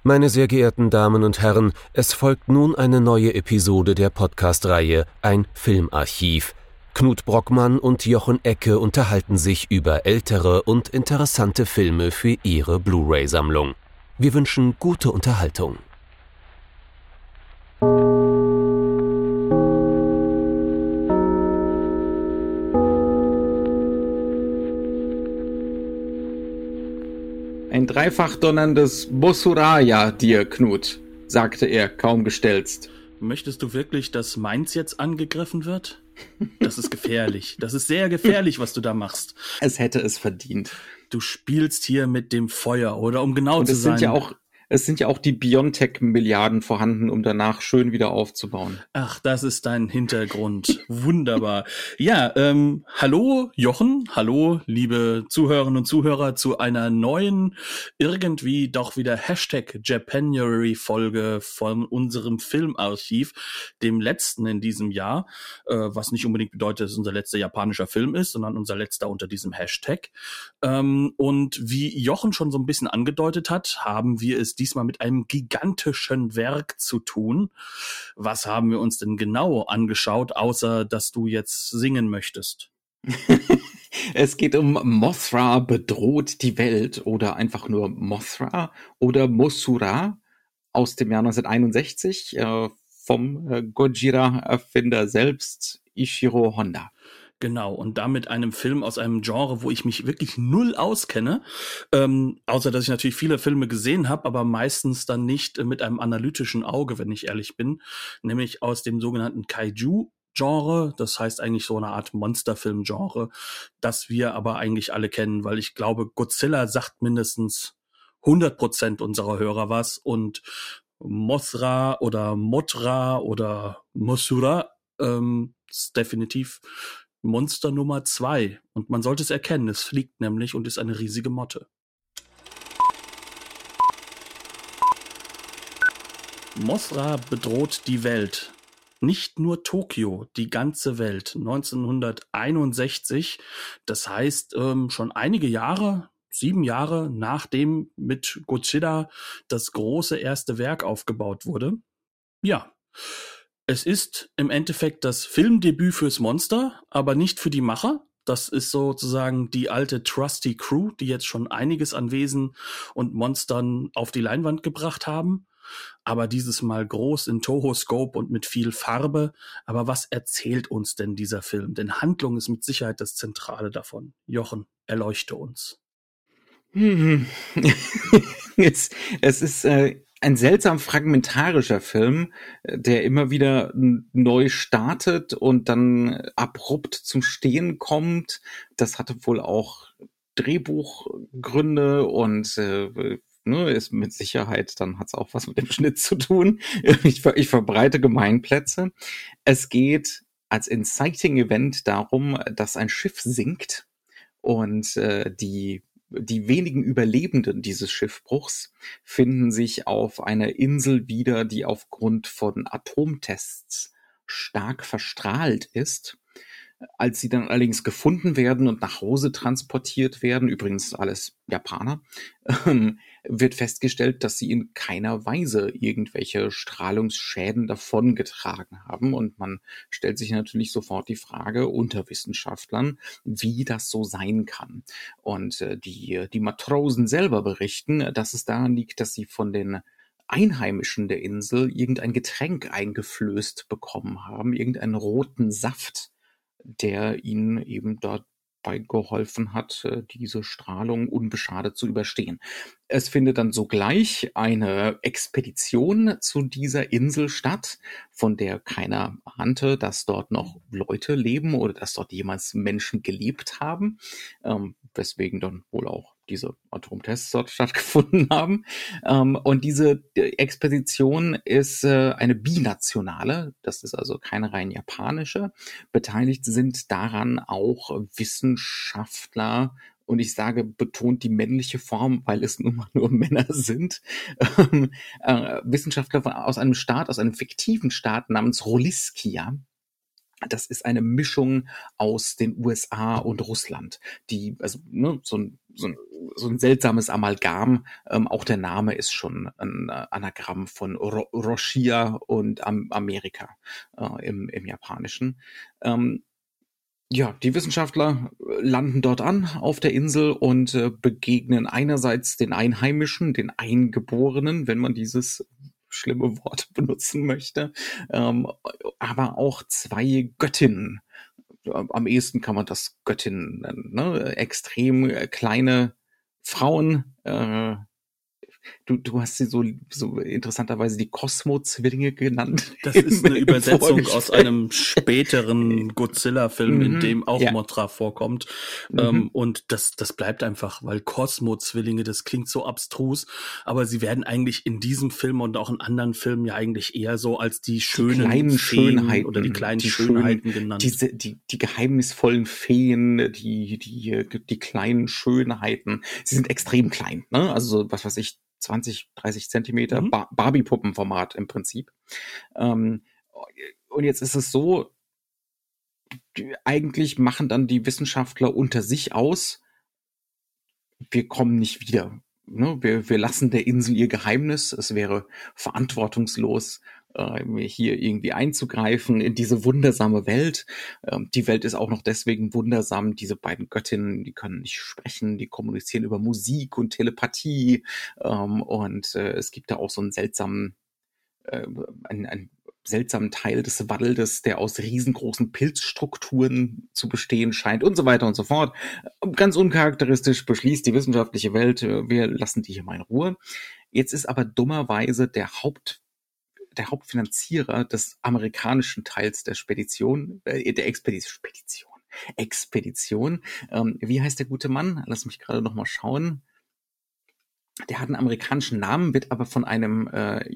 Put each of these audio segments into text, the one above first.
Meine sehr geehrten Damen und Herren, es folgt nun eine neue Episode der Podcast-Reihe Ein Filmarchiv. Knut Brockmann und Jochen Ecke unterhalten sich über ältere und interessante Filme für ihre Blu-ray-Sammlung. Wir wünschen gute Unterhaltung. Ein dreifach donnerndes Bossuraya dir, Knut, sagte er, kaum gestelzt. Möchtest du wirklich, dass Mainz jetzt angegriffen wird? Das ist gefährlich. Das ist sehr gefährlich, was du da machst. Es hätte es verdient. Du spielst hier mit dem Feuer, oder um genau zu sein. Es sind ja auch die Biontech-Milliarden vorhanden, um danach schön wieder aufzubauen. Ach, das ist dein Hintergrund. Wunderbar. Ja, hallo Jochen, hallo liebe Zuhörerinnen und Zuhörer zu einer neuen, irgendwie doch wieder #Japanuary-Folge von unserem Filmarchiv, dem letzten in diesem Jahr, was nicht unbedingt bedeutet, dass es unser letzter japanischer Film ist, sondern unser letzter unter diesem Hashtag. Und wie Jochen schon so ein bisschen angedeutet hat, haben wir es diesmal mit einem gigantischen Werk zu tun. Was haben wir uns denn genau angeschaut, außer dass du jetzt singen möchtest? Es geht um Mothra bedroht die Welt oder einfach nur Mothra oder Mosura aus dem Jahr 1961 vom Gojira-Erfinder selbst, Ishiro Honda. Genau, und damit einem Film aus einem Genre, wo ich mich wirklich null auskenne, außer dass ich natürlich viele Filme gesehen habe, aber meistens dann nicht mit einem analytischen Auge, wenn ich ehrlich bin, nämlich aus dem sogenannten Kaiju-Genre, das heißt eigentlich so eine Art Monsterfilm-Genre, das wir aber eigentlich alle kennen, weil ich glaube, Godzilla sagt mindestens 100% unserer Hörer was und Mothra oder Mothra oder Mosura ist definitiv Monster Nummer 2. Und man sollte es erkennen, es fliegt nämlich und ist eine riesige Motte. Mothra bedroht die Welt. Nicht nur Tokio, die ganze Welt. 1961, das heißt schon einige Jahre, 7 Jahre, nachdem mit Godzilla das große erste Werk aufgebaut wurde. Ja, es ist im Endeffekt das Filmdebüt fürs Monster, aber nicht für die Macher. Das ist sozusagen die alte Trusty Crew, die jetzt schon einiges an Wesen und Monstern auf die Leinwand gebracht haben. Aber dieses Mal groß in Toho-Scope und mit viel Farbe. Aber was erzählt uns denn dieser Film? Denn Handlung ist mit Sicherheit das Zentrale davon. Jochen, erleuchte uns. Es ist ein seltsam fragmentarischer Film, der immer wieder neu startet und dann abrupt zum Stehen kommt. Das hatte wohl auch Drehbuchgründe und ist mit Sicherheit, dann hat es auch was mit dem Schnitt zu tun. Ich verbreite Gemeinplätze. Es geht als Inciting Event darum, dass ein Schiff sinkt und die wenigen Überlebenden dieses Schiffbruchs finden sich auf einer Insel wieder, die aufgrund von Atomtests stark verstrahlt ist. Als sie dann allerdings gefunden werden und nach Hause transportiert werden, übrigens alles Japaner, wird festgestellt, dass sie in keiner Weise irgendwelche Strahlungsschäden davongetragen haben. Und man stellt sich natürlich sofort die Frage unter Wissenschaftlern, wie das so sein kann. Und die Matrosen selber berichten, dass es daran liegt, dass sie von den Einheimischen der Insel irgendein Getränk eingeflößt bekommen haben, irgendeinen roten Saft, der ihnen eben dabei geholfen hat, diese Strahlung unbeschadet zu überstehen. Es findet dann sogleich eine Expedition zu dieser Insel statt, von der keiner ahnte, dass dort noch Leute leben oder dass dort jemals Menschen gelebt haben, weswegen dann wohl auch diese Atomtests dort stattgefunden haben. Und diese Expedition ist eine binationale, das ist also keine rein japanische. Beteiligt sind daran auch Wissenschaftler, und ich sage betont die männliche Form, weil es nun mal nur Männer sind, Wissenschaftler aus einem Staat, aus einem fiktiven Staat namens Roliskia. Das ist eine Mischung aus den USA und Russland, die, also so ein so ein seltsames Amalgam. Auch der Name ist schon ein Anagramm von Roshia und Amerika im Japanischen. Ja, die Wissenschaftler landen dort an auf der Insel und begegnen einerseits den Einheimischen, den Eingeborenen, wenn man dieses schlimme Wort benutzen möchte, aber auch zwei Göttinnen. Am ehesten kann man das Göttinnen nennen, ne? Extrem kleine Frauen. Du hast sie so interessanterweise die Cosmo-Zwillinge genannt. Das ist eine Übersetzung aus einem späteren Godzilla-Film, in dem auch Mothra vorkommt. Und das bleibt einfach, weil Cosmo-Zwillinge, das klingt so abstrus, aber sie werden eigentlich in diesem Film und auch in anderen Filmen ja eigentlich eher so als die kleinen Schönheiten oder die kleinen Schönheiten genannt. Die geheimnisvollen Feen, die kleinen Schönheiten. Sie sind extrem klein, ne? Also was weiß ich, 20, 30 Zentimeter Barbie-Puppenformat im Prinzip. Und jetzt ist es so, eigentlich machen dann die Wissenschaftler unter sich aus, wir kommen nicht wieder. Ne? Wir lassen der Insel ihr Geheimnis. Es wäre verantwortungslos, hier irgendwie einzugreifen in diese wundersame Welt. Die Welt ist auch noch deswegen wundersam. Diese beiden Göttinnen, die können nicht sprechen, die kommunizieren über Musik und Telepathie. Und es gibt da auch so einen seltsamen, einen seltsamen Teil des Waddeldes, der aus riesengroßen Pilzstrukturen zu bestehen scheint und so weiter und so fort. Ganz uncharakteristisch beschließt die wissenschaftliche Welt, wir lassen die hier mal in Ruhe. Jetzt ist aber dummerweise der Hauptfinanzierer des amerikanischen Teils der Expedition. Wie heißt der gute Mann? Lass mich gerade noch mal schauen. Der hat einen amerikanischen Namen, wird aber von einem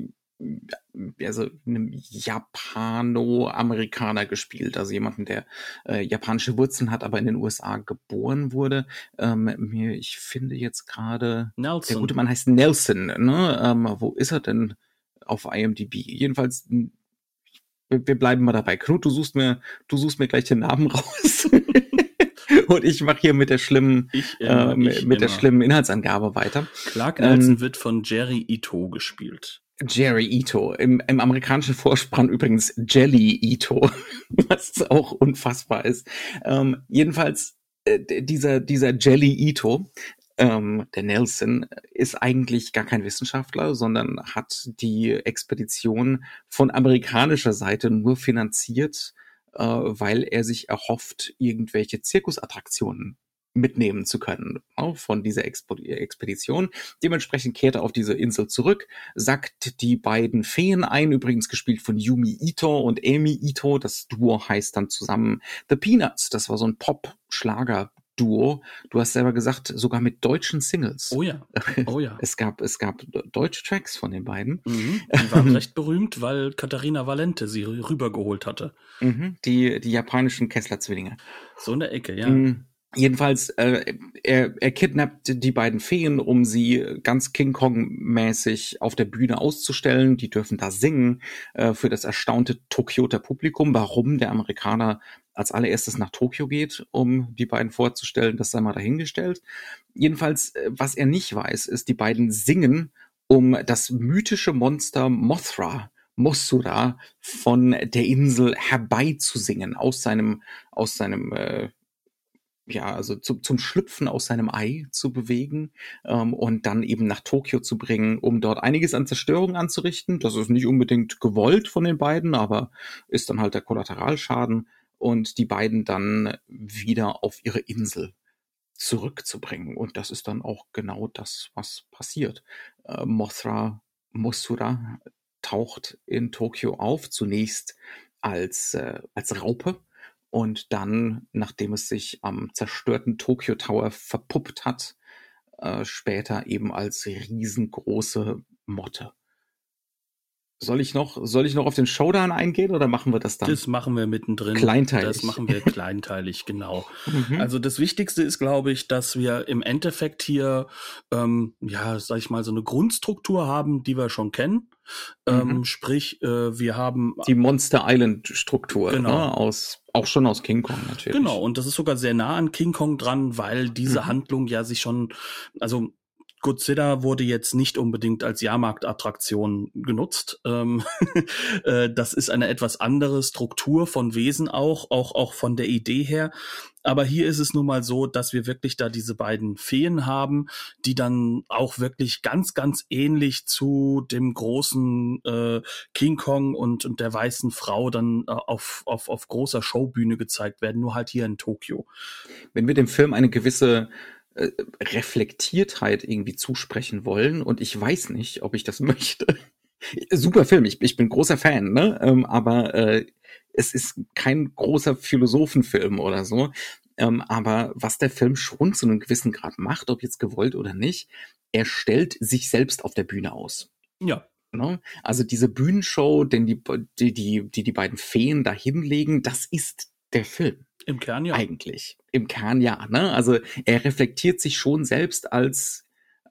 Japano-Amerikaner gespielt, also jemanden, der japanische Wurzeln hat, aber in den USA geboren wurde. Ich finde jetzt gerade, der gute Mann heißt Nelson, ne? Wo ist er denn auf IMDb? Jedenfalls, wir bleiben mal dabei. Knut, du suchst mir gleich den Namen raus. Und ich mache hier mit der schlimmen Inhaltsangabe weiter. Clark Nelson wird von Jerry Ito gespielt. Jerry Ito. Im amerikanischen Vorspann übrigens Jelly Ito, was auch unfassbar ist. Jedenfalls, dieser Jelly Ito, der Nelson, ist eigentlich gar kein Wissenschaftler, sondern hat die Expedition von amerikanischer Seite nur finanziert, weil er sich erhofft, irgendwelche Zirkusattraktionen mitnehmen zu können von dieser Expedition. Dementsprechend kehrt er auf diese Insel zurück, sackt die beiden Feen ein, übrigens gespielt von Yumi Ito und Amy Ito. Das Duo heißt dann zusammen The Peanuts. Das war so ein Pop-Schlager-Duo. Du hast selber gesagt, sogar mit deutschen Singles. Oh ja, oh ja. Es gab deutsche Tracks von den beiden. Die waren recht berühmt, weil Katharina Valente sie rübergeholt hatte. Die japanischen Kessler-Zwillinge. So in der Ecke, ja. Jedenfalls, er kidnappt die beiden Feen, um sie ganz King Kong-mäßig auf der Bühne auszustellen. Die dürfen da singen für das erstaunte Tokioter Publikum. Warum der Amerikaner als allererstes nach Tokio geht, um die beiden vorzustellen, das sei mal dahingestellt. Jedenfalls, was er nicht weiß, ist, die beiden singen, um das mythische Monster Mothra von der Insel herbeizusingen, zum Schlüpfen aus seinem Ei zu bewegen und dann eben nach Tokio zu bringen, um dort einiges an Zerstörung anzurichten. Das ist nicht unbedingt gewollt von den beiden, aber ist dann halt der Kollateralschaden und die beiden dann wieder auf ihre Insel zurückzubringen. Und das ist dann auch genau das, was passiert. Mothra taucht in Tokio auf, zunächst als Raupe. Und dann, nachdem es sich am zerstörten Tokyo Tower verpuppt hat, später eben als riesengroße Motte. Soll ich noch auf den Showdown eingehen oder machen wir das dann? Das machen wir mittendrin. Kleinteilig. Das machen wir kleinteilig, genau. Also das Wichtigste ist, glaube ich, dass wir im Endeffekt hier, sag ich mal, so eine Grundstruktur haben, die wir schon kennen. Sprich, wir haben die Monster Island Struktur, genau. Ne? Auch schon aus King Kong natürlich. Genau, und das ist sogar sehr nah an King Kong dran, weil diese Handlung ja sich schon, also Godzilla wurde jetzt nicht unbedingt als Jahrmarktattraktion genutzt. Das ist eine etwas andere Struktur von Wesen auch von der Idee her. Aber hier ist es nun mal so, dass wir wirklich da diese beiden Feen haben, die dann auch wirklich ganz, ganz ähnlich zu dem großen King Kong und der weißen Frau dann auf großer Showbühne gezeigt werden, nur halt hier in Tokio. Wenn wir dem Film eine gewisse Reflektiertheit irgendwie zusprechen wollen, und ich weiß nicht, ob ich das möchte. Super Film, ich bin großer Fan, ne? Aber es ist kein großer Philosophenfilm oder so. Aber was der Film schon zu einem gewissen Grad macht, ob jetzt gewollt oder nicht, er stellt sich selbst auf der Bühne aus. Ja. Ne? Also diese Bühnenshow, den die beiden Feen da hinlegen, das ist der Film. Im Kern ja. Eigentlich. Im Kern ja, ne? Also er reflektiert sich schon selbst als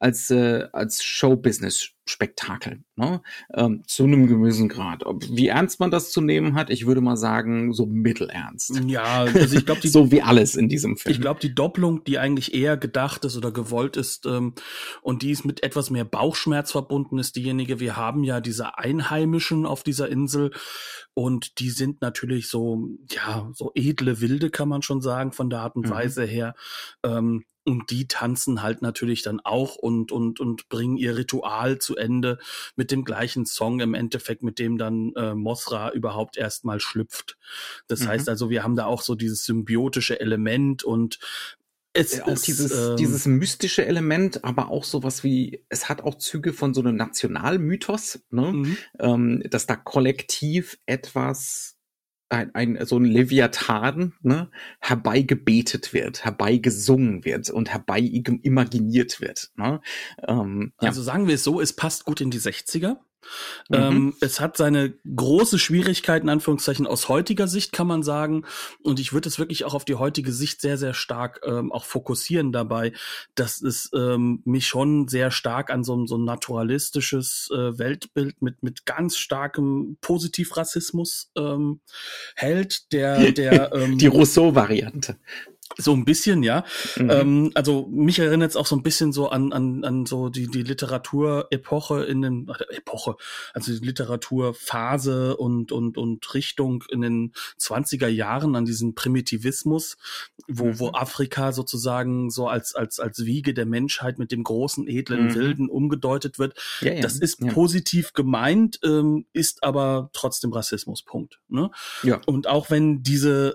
Showbusiness-Spektakel, ne? Zu einem gewissen Grad. Wie ernst man das zu nehmen hat, ich würde mal sagen, so mittelernst. Ja, also ich glaube, so wie alles in diesem Film. Ich glaube, die Doppelung, die eigentlich eher gedacht ist oder gewollt ist, und die ist mit etwas mehr Bauchschmerz verbunden, ist diejenige, wir haben ja diese Einheimischen auf dieser Insel und die sind natürlich so edle Wilde, kann man schon sagen, von der Art und Weise her. Und die tanzen halt natürlich dann auch und bringen ihr Ritual zu Ende mit dem gleichen Song im Endeffekt, mit dem dann Mothra überhaupt erstmal schlüpft. Das heißt also, wir haben da auch so dieses symbiotische Element und es auch dieses mystische Element, aber auch sowas wie, es hat auch Züge von so einem Nationalmythos, ne? Dass da kollektiv etwas so ein Leviathan, ne, herbeigebetet wird, herbeigesungen wird und imaginiert wird. Ne? Also sagen wir es so, es passt gut in die 60er. Es hat seine große Schwierigkeit, in Anführungszeichen, aus heutiger Sicht, kann man sagen. Und ich würde es wirklich auch auf die heutige Sicht sehr, sehr stark auch fokussieren dabei, dass es mich schon sehr stark an so ein naturalistisches Weltbild mit ganz starkem Positivrassismus hält, der die Rousseau-Variante. So ein bisschen, ja. Also mich erinnert es auch so ein bisschen so an so die Literatur-Epoche also die Literaturphase und Richtung in den 20er Jahren, an diesen Primitivismus, wo Afrika sozusagen so als Wiege der Menschheit mit dem großen, edlen Wilden umgedeutet wird. Ja. Das ist positiv gemeint, ist aber trotzdem Rassismus, Punkt. Ne? Ja. Und auch wenn diese,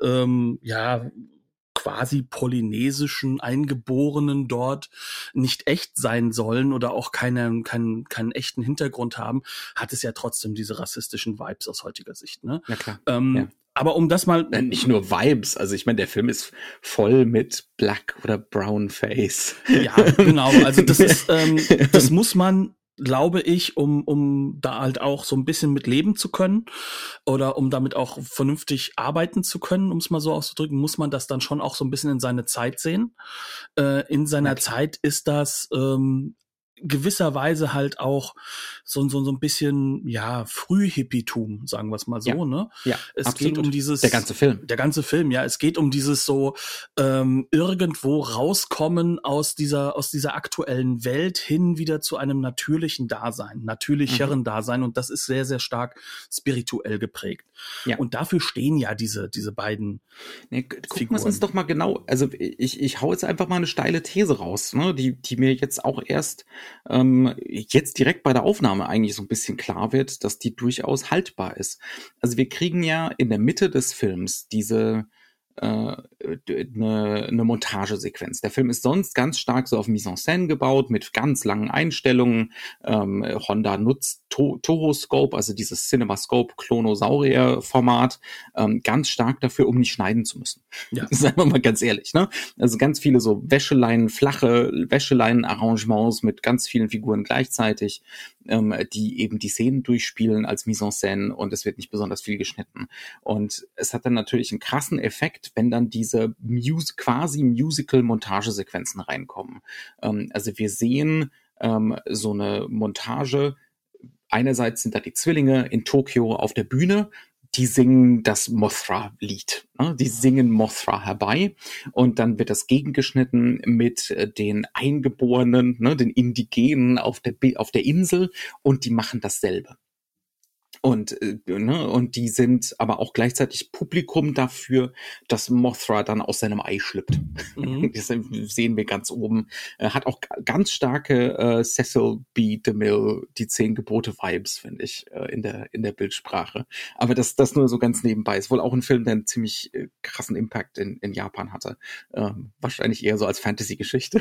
quasi polynesischen Eingeborenen dort nicht echt sein sollen oder auch keinen echten Hintergrund haben, hat es ja trotzdem diese rassistischen Vibes aus heutiger Sicht. Ne? Ja, klar. Aber um das mal... Nicht nur Vibes, also ich meine, der Film ist voll mit Black oder Brown Face. Ja, genau. Also das ist, das muss man, glaube ich, um da halt auch so ein bisschen mit leben zu können oder um damit auch vernünftig arbeiten zu können, um es mal so auszudrücken, muss man das dann schon auch so ein bisschen in seine Zeit sehen. In seiner Zeit ist das gewisserweise halt auch so ein bisschen, Frühhippietum, sagen wir es mal so, ne? Ja, es absolut. geht um dieses... Der ganze Film, ja. Es geht um dieses so irgendwo rauskommen aus dieser aktuellen Welt hin wieder zu einem natürlichen Dasein, natürlicheren Dasein, und das ist sehr, sehr stark spirituell geprägt. Ja. Und dafür stehen ja diese beiden Gucken wir uns doch mal genau, also ich hau jetzt einfach mal eine steile These raus, ne, die mir jetzt auch erst jetzt direkt bei der Aufnahme eigentlich so ein bisschen klar wird, dass die durchaus haltbar ist. Also wir kriegen ja in der Mitte des Films diese eine Montagesequenz. Der Film ist sonst ganz stark so auf Mise-en-Scène gebaut, mit ganz langen Einstellungen. Honda nutzt Toho-Scope, also dieses CinemaScope-Klonosaurier-Format, ganz stark dafür, um nicht schneiden zu müssen. Ja. Sagen wir mal ganz ehrlich, ne? Also ganz viele so flache Wäscheleinen-Arrangements mit ganz vielen Figuren gleichzeitig. die eben die Szenen durchspielen als Mise en scène und es wird nicht besonders viel geschnitten. Und es hat dann natürlich einen krassen Effekt, wenn dann diese quasi Musical-Montagesequenzen reinkommen. Also wir sehen so eine Montage. Einerseits sind da die Zwillinge in Tokio auf der Bühne, die singen das Mothra-Lied. Ne? Die singen Mothra herbei und dann wird das gegengeschnitten mit den Eingeborenen, ne, den Indigenen auf der Insel und die machen dasselbe. Und die sind aber auch gleichzeitig Publikum dafür, dass Mothra dann aus seinem Ei schlüpft. Das sehen wir ganz oben. Hat auch ganz starke Cecil B. DeMille, die 10 Gebote-Vibes, finde ich, in der Bildsprache. Aber das nur so ganz nebenbei. Ist wohl auch ein Film, der einen ziemlich krassen Impact in Japan hatte. Wahrscheinlich eher so als Fantasy-Geschichte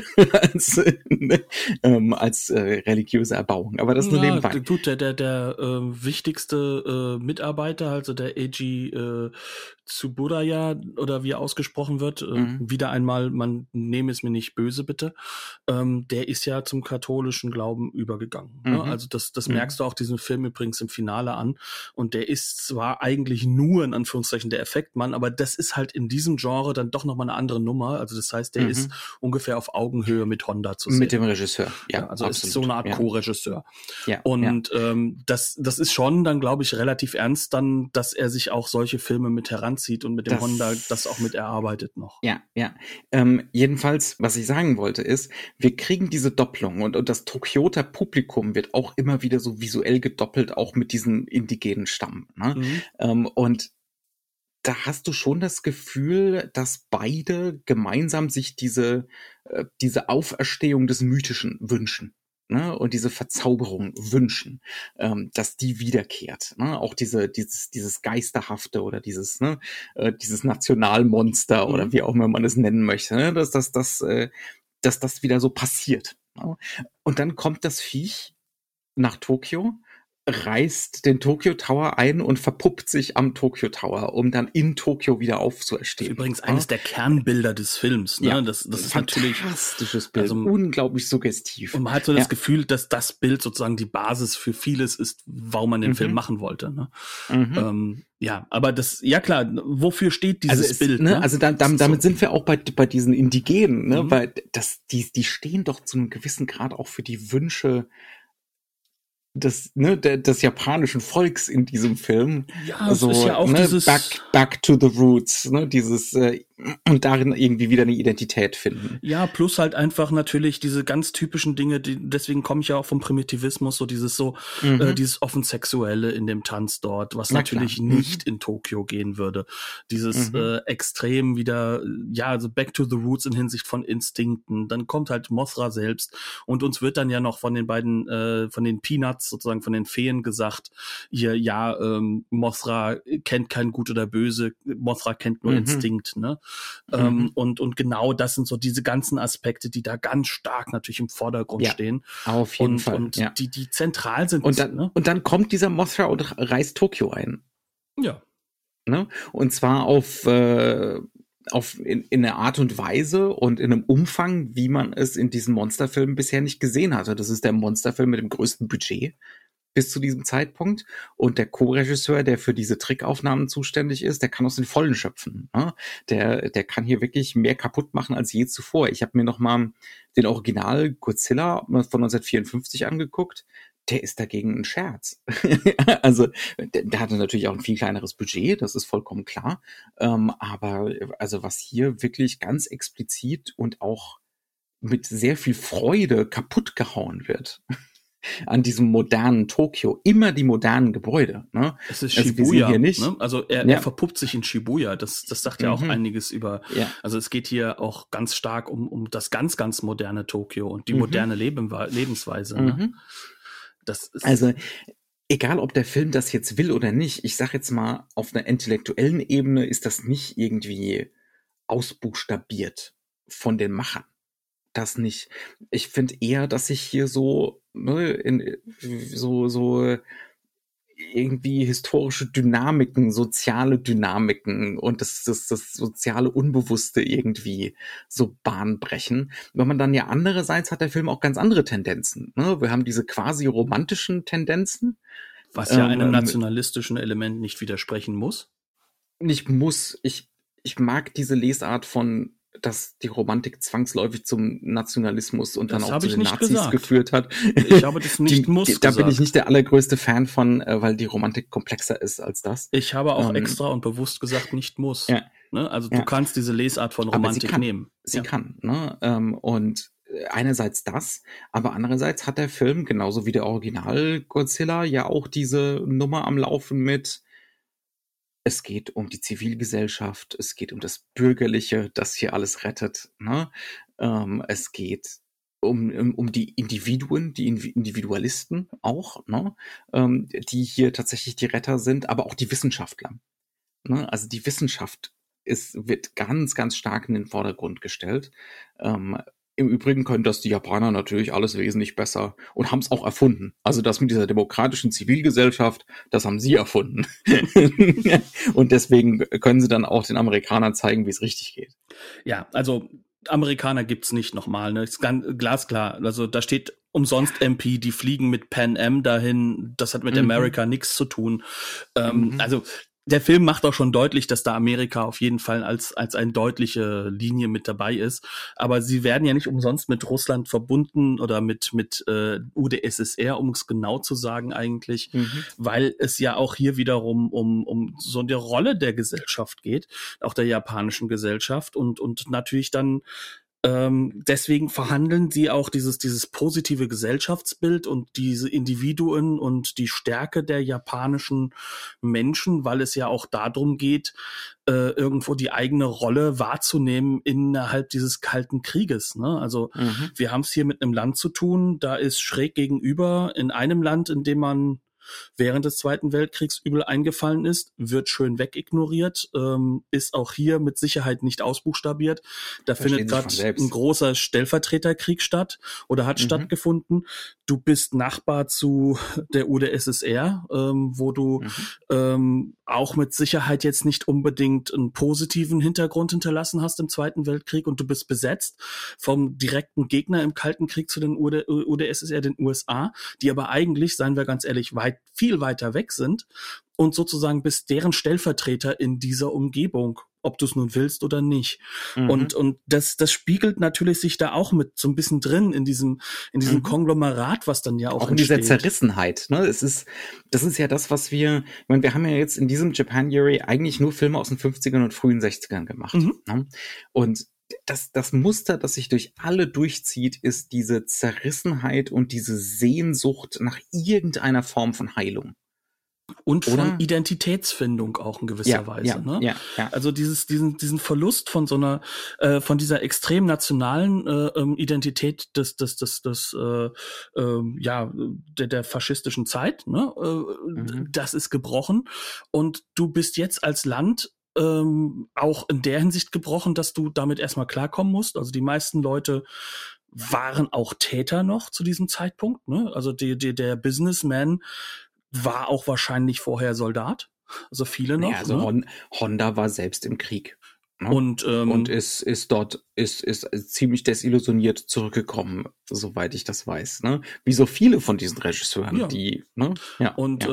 als religiöse Erbauung. Aber das nur nebenbei. Gut, der wichtigste Mitarbeiter, also der Eiji Tsuburaya oder wie er ausgesprochen wird, wieder einmal, man nehme es mir nicht böse, bitte, der ist ja zum katholischen Glauben übergegangen. Ne? Also das merkst du auch diesen Film übrigens im Finale an und der ist zwar eigentlich nur in Anführungszeichen der Effektmann, aber das ist halt in diesem Genre dann doch nochmal eine andere Nummer, also das heißt, der ist ungefähr auf Augenhöhe mit Honda zu sehen. Mit dem Regisseur, ja also absolut. Ist so eine Art Co-Regisseur. Ja, und das ist schon dann, glaube ich, relativ ernst dann, dass er sich auch solche Filme mit heranzieht und mit dem Honda das auch mit erarbeitet noch. Ja. Jedenfalls, was ich sagen wollte, ist, wir kriegen diese Doppelung und das Tokioter Publikum wird auch immer wieder so visuell gedoppelt, auch mit diesem indigenen Stamm. Ne? Und da hast du schon das Gefühl, dass beide gemeinsam sich diese Auferstehung des Mythischen wünschen. Ne, und diese Verzauberung wünschen, dass die wiederkehrt. Ne? Auch dieses Geisterhafte oder dieses Nationalmonster oder wie auch immer man es nennen möchte, ne? dass das wieder so passiert. Ne? Und dann kommt das Viech nach Tokio, reißt den Tokyo Tower ein und verpuppt sich am Tokyo Tower, um dann in Tokio wieder aufzuerstehen. Übrigens eines der Kernbilder des Films. Ne? Ja, das ist natürlich fantastisches Bild, also unglaublich suggestiv. Und man hat so das Gefühl, dass das Bild sozusagen die Basis für vieles ist, warum man den Film machen wollte. Ne? Aber das, ja klar, wofür steht dieses Bild? Ne? Also damit sind wir auch bei diesen Indigenen, ne? Weil die stehen doch zu einem gewissen Grad auch für die Wünsche des japanischen Volks in diesem Film. Ja, es ist ja auch dieses back to the roots, ne, dieses und darin irgendwie wieder eine Identität finden. Ja, plus halt einfach natürlich diese ganz typischen Dinge, deswegen komme ich ja auch vom Primitivismus, so dieses dieses Offensexuelle in dem Tanz dort, was natürlich nicht in Tokio gehen würde. Dieses extrem wieder, also back to the roots in Hinsicht von Instinkten. Dann kommt halt Mothra selbst und uns wird dann ja noch von den beiden, von den Peanuts, sozusagen von den Feen gesagt, Mothra kennt kein Gut oder Böse, Mothra kennt nur Instinkt, ne? Und genau das sind so diese ganzen Aspekte, die da ganz stark natürlich im Vordergrund stehen. Auf jeden Fall. Und die zentral sind. Und und dann kommt dieser Mothra und reißt Tokio ein. Ja. Ne? Und zwar in einer Art und Weise und in einem Umfang, wie man es in diesen Monsterfilmen bisher nicht gesehen hatte. Das ist der Monsterfilm mit dem größten Budget bis zu diesem Zeitpunkt. Und der Co-Regisseur, der für diese Trickaufnahmen zuständig ist, der kann aus den Vollen schöpfen. Ne? Der kann hier wirklich mehr kaputt machen als je zuvor. Ich habe mir noch mal den Original Godzilla von 1954 angeguckt. Der ist dagegen ein Scherz. Also der hatte natürlich auch ein viel kleineres Budget, das ist vollkommen klar. Aber also was hier wirklich ganz explizit und auch mit sehr viel Freude kaputt gehauen wird an diesem modernen Tokio, immer die modernen Gebäude. Ne? Es ist Shibuya, hier nicht. Ne? Also er verpuppt sich in Shibuya, das sagt ja auch einiges über, also es geht hier auch ganz stark um das ganz, ganz moderne Tokio und die moderne Lebensweise. Ne? Das ist also egal, ob der Film das jetzt will oder nicht, ich sag jetzt mal, auf einer intellektuellen Ebene ist das nicht irgendwie ausbuchstabiert von den Machern. Das nicht. Ich finde eher, dass sich hier so irgendwie historische Dynamiken, soziale Dynamiken und das soziale Unbewusste irgendwie so Bahn brechen. Wenn man dann ja andererseits hat der Film auch ganz andere Tendenzen. Ne? Wir haben diese quasi romantischen Tendenzen. Was ja einem nationalistischen Element nicht widersprechen muss. Nicht muss. Ich mag diese Lesart von, dass die Romantik zwangsläufig zum Nationalismus und Das dann auch hab zu ich den nicht Nazis gesagt. geführt hat. Ich habe das nicht muss Da bin ich gesagt. nicht der allergrößte Fan von, weil die Romantik komplexer ist als das. Ich habe auch extra und bewusst gesagt, nicht muss. Ja. Ne? Also Ja. du kannst diese Lesart von Aber Romantik nehmen. Sie kann, ne? Und einerseits das, aber andererseits hat der Film, genauso wie der Original Godzilla, ja auch diese Nummer am Laufen mit: Es geht um die Zivilgesellschaft, es geht um das Bürgerliche, das hier alles rettet, ne? Es geht um die Individuen, die Individualisten auch, ne? Die hier tatsächlich die Retter sind, aber auch die Wissenschaftler, ne? Also die Wissenschaft wird ganz, ganz stark in den Vordergrund gestellt. Im Übrigen können das die Japaner natürlich alles wesentlich besser und haben es auch erfunden. Also das mit dieser demokratischen Zivilgesellschaft, das haben sie erfunden. Und deswegen können sie dann auch den Amerikanern zeigen, wie es richtig geht. Ja, also Amerikaner gibt's nicht nochmal, ne? Ist ganz glasklar. Also da steht umsonst MP, die fliegen mit Pan Am dahin. Das hat mit America nichts zu tun. Also der Film macht auch schon deutlich, dass da Amerika auf jeden Fall als eine deutliche Linie mit dabei ist. Aber sie werden ja nicht umsonst mit Russland verbunden oder mit UdSSR, um es genau zu sagen eigentlich, weil es ja auch hier wiederum um so eine Rolle der Gesellschaft geht, auch der japanischen Gesellschaft und natürlich dann deswegen verhandeln sie auch dieses positive Gesellschaftsbild und diese Individuen und die Stärke der japanischen Menschen, weil es ja auch darum geht, irgendwo die eigene Rolle wahrzunehmen innerhalb dieses Kalten Krieges. Ne? Also wir haben es hier mit einem Land zu tun, da ist schräg gegenüber in einem Land, in dem man während des Zweiten Weltkriegs übel eingefallen ist, wird schön wegignoriert, ist auch hier mit Sicherheit nicht ausbuchstabiert. Da findet gerade ein großer Stellvertreterkrieg statt oder hat stattgefunden. Du bist Nachbar zu der UdSSR, wo du auch mit Sicherheit jetzt nicht unbedingt einen positiven Hintergrund hinterlassen hast im Zweiten Weltkrieg und du bist besetzt vom direkten Gegner im Kalten Krieg zu den UdSSR, den USA, die aber eigentlich, seien wir ganz ehrlich, viel weiter weg sind und sozusagen bist deren Stellvertreter in dieser Umgebung, ob du es nun willst oder nicht. Und das spiegelt natürlich sich da auch mit so ein bisschen drin in diesem Konglomerat, was dann ja auch in dieser Zerrissenheit. Ne? Das ist ja das, was wir haben ja jetzt in diesem Japanuary eigentlich nur Filme aus den 50ern und frühen 60ern gemacht. Ne? Und das Muster, das sich durch alle durchzieht, ist diese Zerrissenheit und diese Sehnsucht nach irgendeiner Form von Heilung. Und von Identitätsfindung auch in gewisser Weise. Ne? Ja. Also diesen Verlust von so einer, von dieser extrem nationalen Identität der faschistischen Zeit, ne? Das ist gebrochen. Und du bist jetzt als Land auch in der Hinsicht gebrochen, dass du damit erstmal klarkommen musst. Also die meisten Leute waren auch Täter noch zu diesem Zeitpunkt. Ne? Also der Businessman war auch wahrscheinlich vorher Soldat. Also viele noch. Ja, also ne? Honda war selbst im Krieg. Ne? Und ist ziemlich desillusioniert zurückgekommen, soweit ich das weiß. Ne? Wie so viele von diesen Regisseuren, die, ne? Ja. Und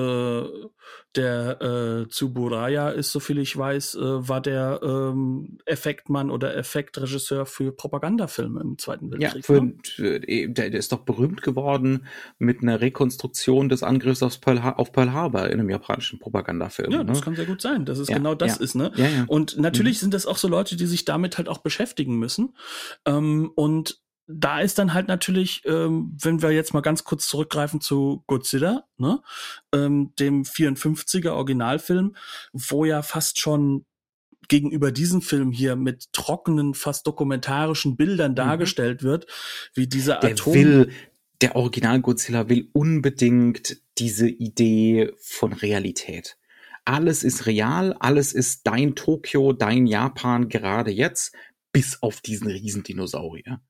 der Tsuburaya ist, soviel ich weiß, war der Effektmann oder Effektregisseur für Propagandafilme im Zweiten Weltkrieg. Ja, der ist doch berühmt geworden mit einer Rekonstruktion des Angriffs auf Pearl Harbor in einem japanischen Propagandafilm. Ja, das kann sehr gut sein, dass es genau das ist. Ne? Ja. Und natürlich sind das auch so Leute, die sich damit halt auch beschäftigen müssen. Und da ist dann halt natürlich, wenn wir jetzt mal ganz kurz zurückgreifen zu Godzilla, ne, dem 54er Originalfilm, wo ja fast schon gegenüber diesem Film hier mit trockenen, fast dokumentarischen Bildern dargestellt wird, wie dieser Der Original Godzilla will unbedingt diese Idee von Realität. Alles ist real, alles ist dein Tokio, dein Japan gerade jetzt, bis auf diesen Riesendinosaurier.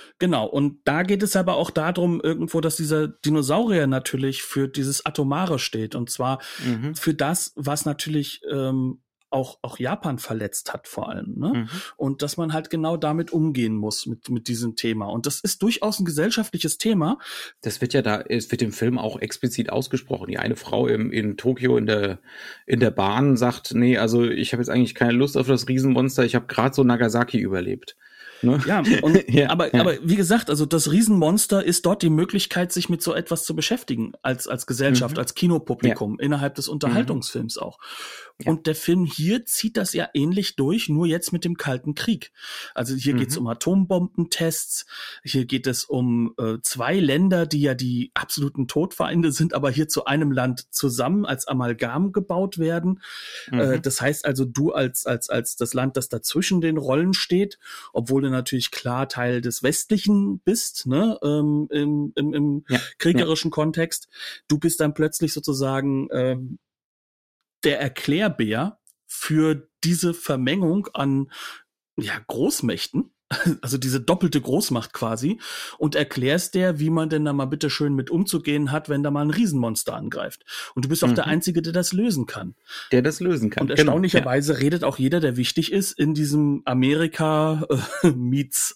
Genau, und da geht es aber auch darum, irgendwo, dass dieser Dinosaurier natürlich für dieses Atomare steht. Und zwar für das, was natürlich auch Japan verletzt hat vor allem. Ne? Und dass man halt genau damit umgehen muss, mit diesem Thema. Und das ist durchaus ein gesellschaftliches Thema. Das wird ja es wird im Film auch explizit ausgesprochen. Die eine Frau in Tokio in der Bahn sagt, nee, also ich habe jetzt eigentlich keine Lust auf das Riesenmonster, ich habe gerade so Nagasaki überlebt. Ne? Ja, und, aber wie gesagt, also das Riesenmonster ist dort die Möglichkeit, sich mit so etwas zu beschäftigen, als Gesellschaft, als Kinopublikum, innerhalb des Unterhaltungsfilms auch. Ja. Und der Film hier zieht das ja ähnlich durch, nur jetzt mit dem Kalten Krieg. Also hier geht es um Atombombentests, hier geht es um 2 Länder, die ja die absoluten Todfeinde sind, aber hier zu einem Land zusammen als Amalgam gebaut werden. Das heißt also, du als das Land, das dazwischen den Rollen steht, obwohl du natürlich klar Teil des Westlichen bist, ne, im kriegerischen Kontext. Du bist dann plötzlich sozusagen der Erklärbär für diese Vermengung an Großmächten, also diese doppelte Großmacht quasi, und erklärst der, wie man denn da mal bitte schön mit umzugehen hat, wenn da mal ein Riesenmonster angreift. Und du bist auch der Einzige, der das lösen kann. Der das lösen kann. Und erstaunlicherweise redet auch jeder, der wichtig ist, in diesem Amerika meets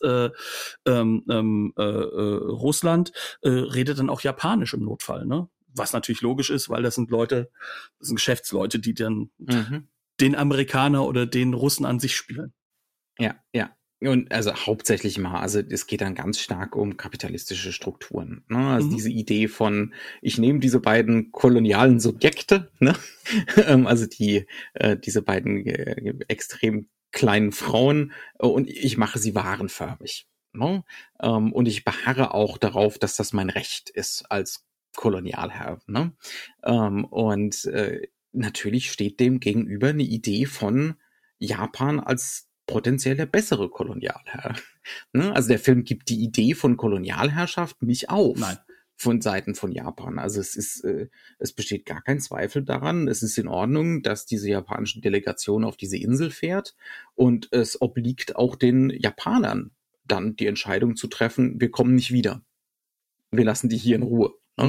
Russland, redet dann auch Japanisch im Notfall, ne? Was natürlich logisch ist, weil das sind Geschäftsleute, die dann den Amerikaner oder den Russen an sich spielen. Ja. Und also hauptsächlich mal, also es geht dann ganz stark um kapitalistische Strukturen. Ne? Also diese Idee von, ich nehme diese beiden kolonialen Subjekte, ne? Also diese beiden extrem kleinen Frauen und ich mache sie warenförmig. Ne? Und ich beharre auch darauf, dass das mein Recht ist als Kolonialherr. Ne? Und natürlich steht dem gegenüber eine Idee von Japan als potenziell bessere Kolonialherr. Ne? Also der Film gibt die Idee von Kolonialherrschaft nicht auf. Nein. Von Seiten von Japan. Also es besteht gar kein Zweifel daran. Es ist in Ordnung, dass diese japanische Delegation auf diese Insel fährt und es obliegt auch den Japanern dann die Entscheidung zu treffen, wir kommen nicht wieder. Wir lassen die hier in Ruhe.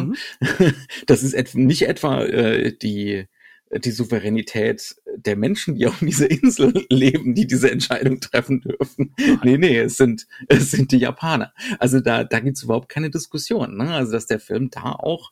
Das ist nicht etwa die Souveränität der Menschen, die auf dieser Insel leben, die diese Entscheidung treffen dürfen. Nee, es sind die Japaner. Also da gibt's überhaupt keine Diskussion. Ne? Also dass der Film da auch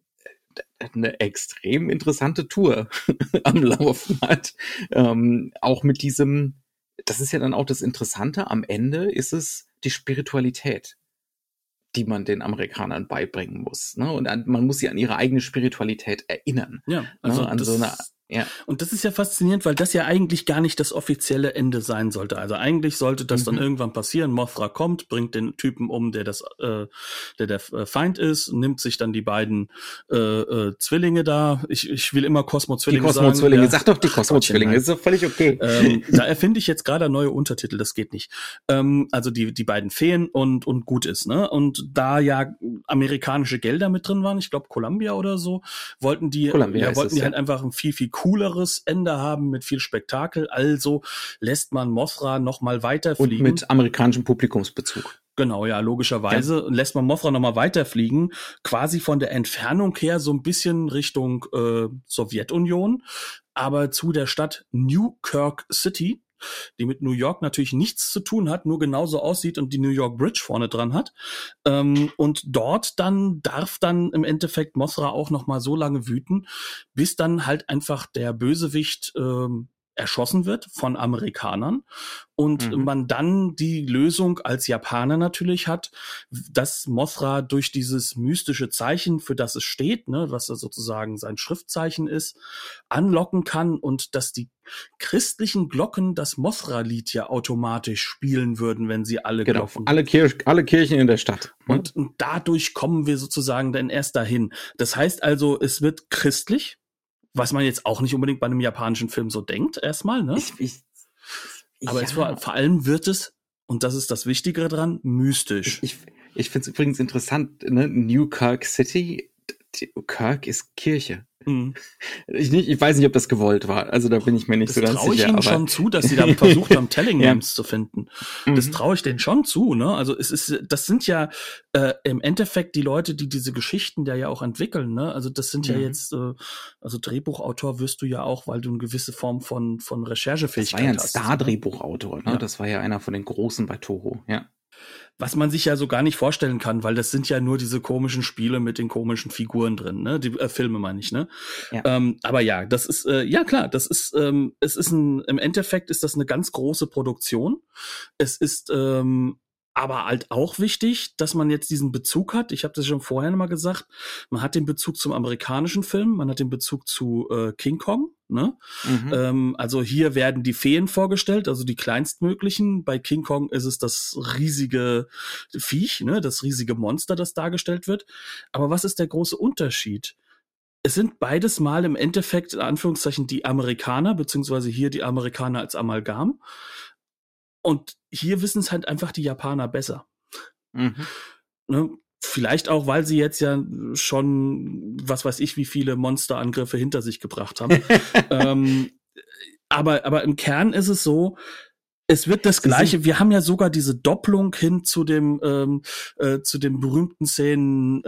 eine extrem interessante Tour am Laufen hat. Auch mit diesem, das ist ja dann auch das Interessante, am Ende ist es die Spiritualität, die man den Amerikanern beibringen muss. Ne? Und man muss sie an ihre eigene Spiritualität erinnern. Ja, also an so eine, Und das ist ja faszinierend, weil das ja eigentlich gar nicht das offizielle Ende sein sollte. Also eigentlich sollte das dann irgendwann passieren. Mothra kommt, bringt den Typen um, der der Feind ist, nimmt sich dann die beiden Zwillinge da. Ich will immer Cosmo-Zwillinge sagen. Die Cosmo-Zwillinge, sag doch die Cosmo-Zwillinge, ist doch völlig okay. Da erfinde ich jetzt gerade neue Untertitel, das geht nicht. Also die beiden Feen und gut ist, ne? Und da ja amerikanische Gelder mit drin waren, ich glaube Columbia oder so, wollten die halt einfach ein viel cooleres Ende haben mit viel Spektakel. Also lässt man Mothra noch mal weiterfliegen. Und mit amerikanischem Publikumsbezug. Genau, ja, logischerweise lässt man Mothra noch mal weiterfliegen, quasi von der Entfernung her so ein bisschen Richtung Sowjetunion, aber zu der Stadt New Kirk City, die mit New York natürlich nichts zu tun hat, nur genauso aussieht und die New York Bridge vorne dran hat. Und dort darf dann im Endeffekt Mothra auch noch mal so lange wüten, bis dann halt einfach der Bösewicht erschossen wird von Amerikanern und man dann die Lösung als Japaner natürlich hat, dass Mothra durch dieses mystische Zeichen, für das es steht, ne, was sozusagen sein Schriftzeichen ist, anlocken kann und dass die christlichen Glocken das Mothra-Lied ja automatisch spielen würden, wenn sie alle Glocken. Alle Kirchen in der Stadt. Und dadurch kommen wir sozusagen dann erst dahin. Das heißt also, es wird christlich, was man jetzt auch nicht unbedingt bei einem japanischen Film so denkt, erstmal, ne? Aber vor allem wird es, und das ist das Wichtigere dran, mystisch. Ich finde es übrigens interessant, ne? New Kirk City, Kirk ist Kirche. Ich weiß nicht, ob das gewollt war. Also da bin ich mir nicht so ganz sicher. Das traue ich ihnen schon zu, dass sie da versucht haben, Telling Names zu finden. Das traue ich denen schon zu, ne? Also das sind ja im Endeffekt die Leute, die diese Geschichten da ja auch entwickeln, ne? Also das sind ja jetzt, also Drehbuchautor wirst du ja auch, weil du eine gewisse Form von Recherchefähigkeit hast. Das war ja ein Star-Drehbuchautor, ne? Ja. Das war ja einer von den Großen bei Toho, ja. Was man sich ja so gar nicht vorstellen kann, weil das sind ja nur diese komischen Spiele mit den komischen Figuren drin, ne? Die Filme meine ich, ne? Ja. Aber ja, das ist, ja klar, das ist, im Endeffekt ist das eine ganz große Produktion. Es ist, aber halt auch wichtig, dass man jetzt diesen Bezug hat. Ich habe das schon vorher noch mal gesagt. Man hat den Bezug zum amerikanischen Film, man hat den Bezug zu King Kong. Ne? Also hier werden die Feen vorgestellt, also die kleinstmöglichen. Bei King Kong ist es das riesige Viech, ne? Das riesige Monster, das dargestellt wird. Aber was ist der große Unterschied? Es sind beides mal im Endeffekt, in Anführungszeichen, die Amerikaner, beziehungsweise hier die Amerikaner als Amalgam. Und hier wissen es halt einfach die Japaner besser. Ne? Vielleicht auch, weil sie jetzt ja schon, was weiß ich, wie viele Monsterangriffe hinter sich gebracht haben. Aber im Kern ist es so, es wird das Gleiche. Wir haben ja sogar diese Doppelung hin zu den berühmten Szenen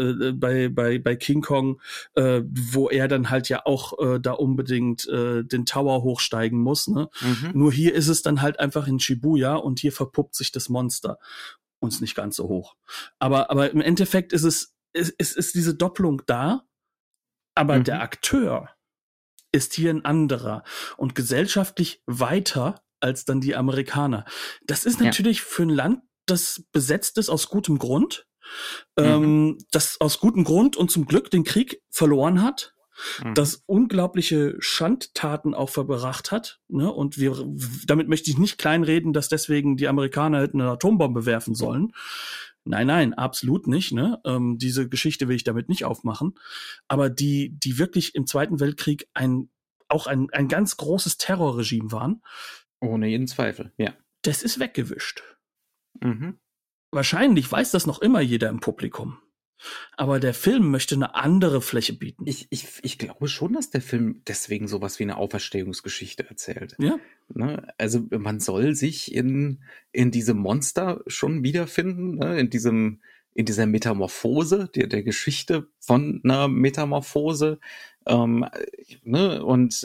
bei King Kong, wo er dann halt ja auch da unbedingt den Tower hochsteigen muss. Ne? Nur hier ist es dann halt einfach in Shibuya und hier verpuppt sich das Monster. Uns nicht ganz so hoch. Aber im Endeffekt ist ist diese Doppelung da, aber der Akteur ist hier ein anderer und gesellschaftlich weiter als dann die Amerikaner. Das ist natürlich für ein Land, das besetzt ist aus gutem Grund, das aus gutem Grund und zum Glück den Krieg verloren hat, das unglaubliche Schandtaten auch verbracht hat, ne? Und damit möchte ich nicht kleinreden, dass deswegen die Amerikaner hätten eine Atombombe werfen sollen. Nein, absolut nicht, ne? Diese Geschichte will ich damit nicht aufmachen. Aber die wirklich im Zweiten Weltkrieg ein ganz großes Terrorregime waren. Ohne jeden Zweifel, ja. Das ist weggewischt. Wahrscheinlich weiß das noch immer jeder im Publikum. Aber der Film möchte eine andere Fläche bieten. Ich glaube schon, dass der Film deswegen sowas wie eine Auferstehungsgeschichte erzählt. Ja. Ne? Also man soll sich in diesem Monster schon wiederfinden, ne? In dieser Metamorphose, der Geschichte von einer Metamorphose. Ne? Und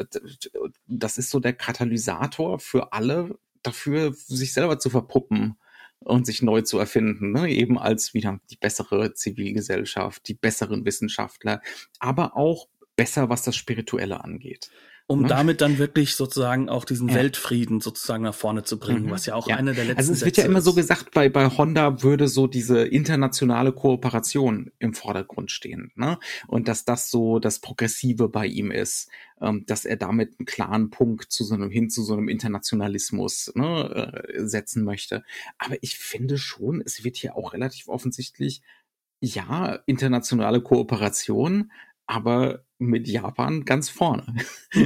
das ist so der Katalysator für alle dafür, sich selber zu verpuppen und sich neu zu erfinden, ne? Eben als wieder die bessere Zivilgesellschaft, die besseren Wissenschaftler, aber auch besser, was das Spirituelle angeht. Um damit dann wirklich sozusagen auch diesen Weltfrieden sozusagen nach vorne zu bringen, was ja auch eine der letzten Also es wird ja immer so gesagt, bei Honda würde so diese internationale Kooperation im Vordergrund stehen, ne? Und dass das so das Progressive bei ihm ist, dass er damit einen klaren Punkt zu so einem Internationalismus, ne, setzen möchte. Aber ich finde schon, es wird hier auch relativ offensichtlich, ja, internationale Kooperation, aber mit Japan ganz vorne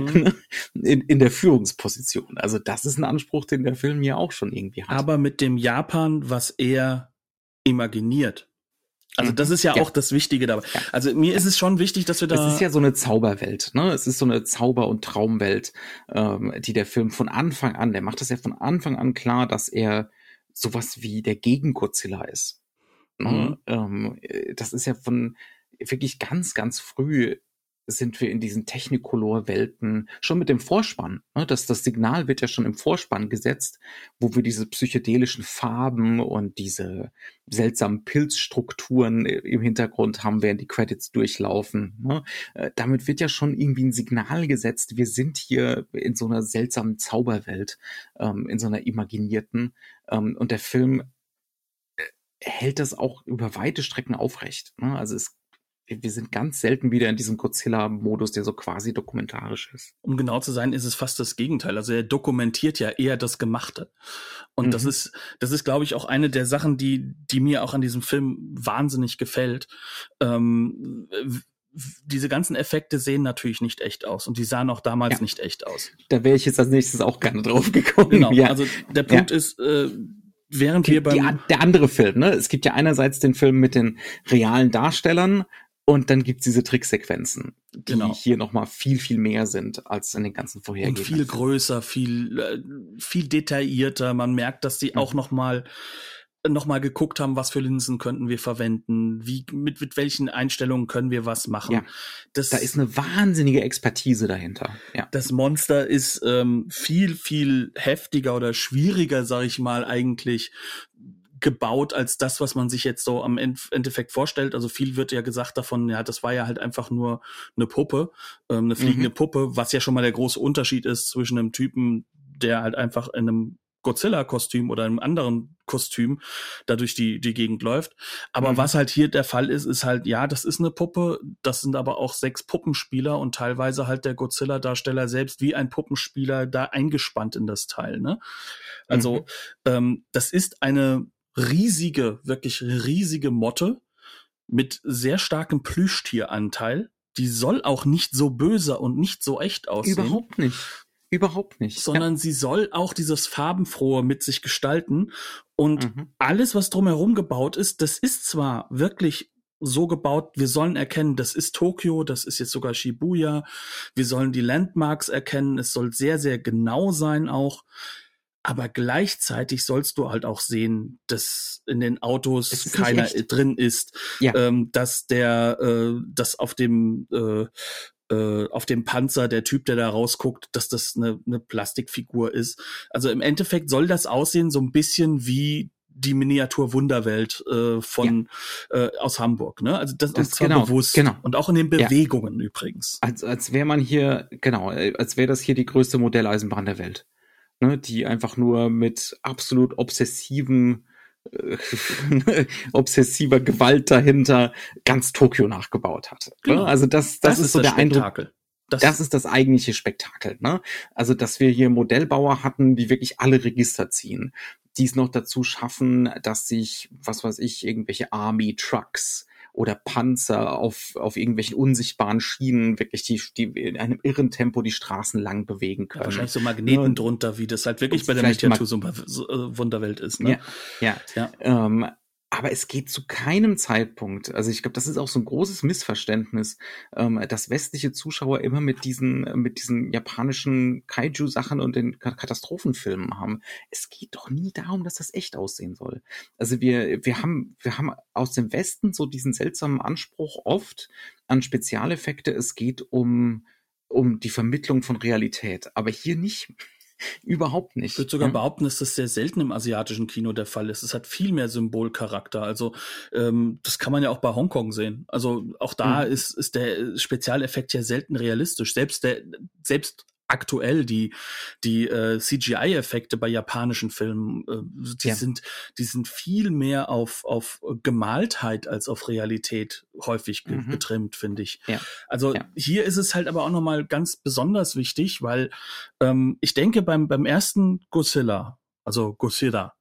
in der Führungsposition. Also das ist ein Anspruch, den der Film ja auch schon irgendwie hat. Aber mit dem Japan, was er imaginiert. Also das ist ja auch das Wichtige dabei. Ja. Also mir ist es schon wichtig, dass wir da... Es ist ja so eine Zauberwelt, ne? Es ist so eine Zauber- und Traumwelt, die der Film von Anfang an, der macht das ja von Anfang an klar, dass er sowas wie der Gegen-Godzilla ist. Ne? Das ist ja von wirklich ganz, ganz früh sind wir in diesen Technicolor-Welten schon mit dem Vorspann. Ne? Das Signal wird ja schon im Vorspann gesetzt, wo wir diese psychedelischen Farben und diese seltsamen Pilzstrukturen im Hintergrund haben, während die Credits durchlaufen. Ne? Damit wird ja schon irgendwie ein Signal gesetzt. Wir sind hier in so einer seltsamen Zauberwelt, in so einer imaginierten. Und der Film hält das auch über weite Strecken aufrecht. Ne? Also wir sind ganz selten wieder in diesem Godzilla-Modus, der so quasi dokumentarisch ist. Um genau zu sein, ist es fast das Gegenteil. Also er dokumentiert ja eher das Gemachte. Und das ist, glaube ich, auch eine der Sachen, die mir auch an diesem Film wahnsinnig gefällt. Diese ganzen Effekte sehen natürlich nicht echt aus. Und die sahen auch damals nicht echt aus. Da wäre ich jetzt als nächstes auch gerne drauf gekommen. Genau, also der Punkt ist... während wir der andere Film, ne? Es gibt ja einerseits den Film mit den realen Darstellern und dann gibt's diese Tricksequenzen. die hier nochmal viel, viel mehr sind als in den ganzen vorhergehenden. Und viel größer, viel detaillierter. Man merkt, dass die auch noch mal geguckt haben, was für Linsen könnten wir verwenden, mit welchen Einstellungen können wir was machen. Ja, da ist eine wahnsinnige Expertise dahinter. Ja. Das Monster ist viel, viel heftiger oder schwieriger, sag ich mal, eigentlich gebaut als das, was man sich jetzt so am Endeffekt vorstellt. Also viel wird ja gesagt davon, ja, das war ja halt einfach nur eine Puppe, eine fliegende Puppe, was ja schon mal der große Unterschied ist zwischen einem Typen, der halt einfach in einem Godzilla-Kostüm oder einem anderen Kostüm da durch die Gegend läuft. Aber was halt hier der Fall ist halt, ja, das ist eine Puppe, das sind aber auch 6 Puppenspieler und teilweise halt der Godzilla-Darsteller selbst wie ein Puppenspieler da eingespannt in das Teil, ne? Also, das ist eine wirklich riesige Motte mit sehr starkem Plüschtieranteil. Die soll auch nicht so böse und nicht so echt aussehen. Überhaupt nicht. Sondern sie soll auch dieses Farbenfrohe mit sich gestalten. Und alles, was drumherum gebaut ist, das ist zwar wirklich so gebaut, wir sollen erkennen, das ist Tokio, das ist jetzt sogar Shibuya. Wir sollen die Landmarks erkennen. Es soll sehr, sehr genau sein auch. Aber gleichzeitig sollst du halt auch sehen, dass in den Autos keiner drin ist, dass dass auf dem Panzer der Typ, der da rausguckt, dass das eine Plastikfigur ist. Also im Endeffekt soll das aussehen so ein bisschen wie die Miniatur Wunderwelt aus Hamburg, ne? Also das ist zwar bewusst und auch in den Bewegungen übrigens. Als wäre man hier als wäre das hier die größte Modelleisenbahn der Welt. Ne, die einfach nur mit absolut obsessiver Gewalt dahinter ganz Tokio nachgebaut hat. Genau. Also das ist so der Eindruck. Das ist das eigentliche Spektakel. Ne? Also, dass wir hier Modellbauer hatten, die wirklich alle Register ziehen, die es noch dazu schaffen, dass sich, was weiß ich, irgendwelche Army-Trucks oder Panzer auf irgendwelchen unsichtbaren Schienen wirklich die in einem irren Tempo die Straßen lang bewegen können. Ja, wahrscheinlich so Magneten drunter, wie das halt wirklich bei der Miniatur so Wunderwelt ist. Ne? Ja. Aber es geht zu keinem Zeitpunkt, also ich glaube, das ist auch so ein großes Missverständnis, dass westliche Zuschauer immer mit diesen japanischen Kaiju-Sachen und den Katastrophenfilmen haben. Es geht doch nie darum, dass das echt aussehen soll. Also wir haben aus dem Westen so diesen seltsamen Anspruch oft an Spezialeffekte. Es geht um die Vermittlung von Realität, aber hier nicht. Überhaupt nicht. Ich würde sogar behaupten, dass das sehr selten im asiatischen Kino der Fall ist. Es hat viel mehr Symbolcharakter. Also das kann man ja auch bei Hongkong sehen. Also auch da ist der Spezialeffekt ja selten realistisch. Selbst aktuell die CGI-Effekte bei japanischen Filmen, die sind viel mehr auf Gemaltheit als auf Realität häufig getrimmt, finde ich. Ja. Also hier ist es halt aber auch nochmal ganz besonders wichtig, weil ich denke beim ersten Godzilla, Gojira.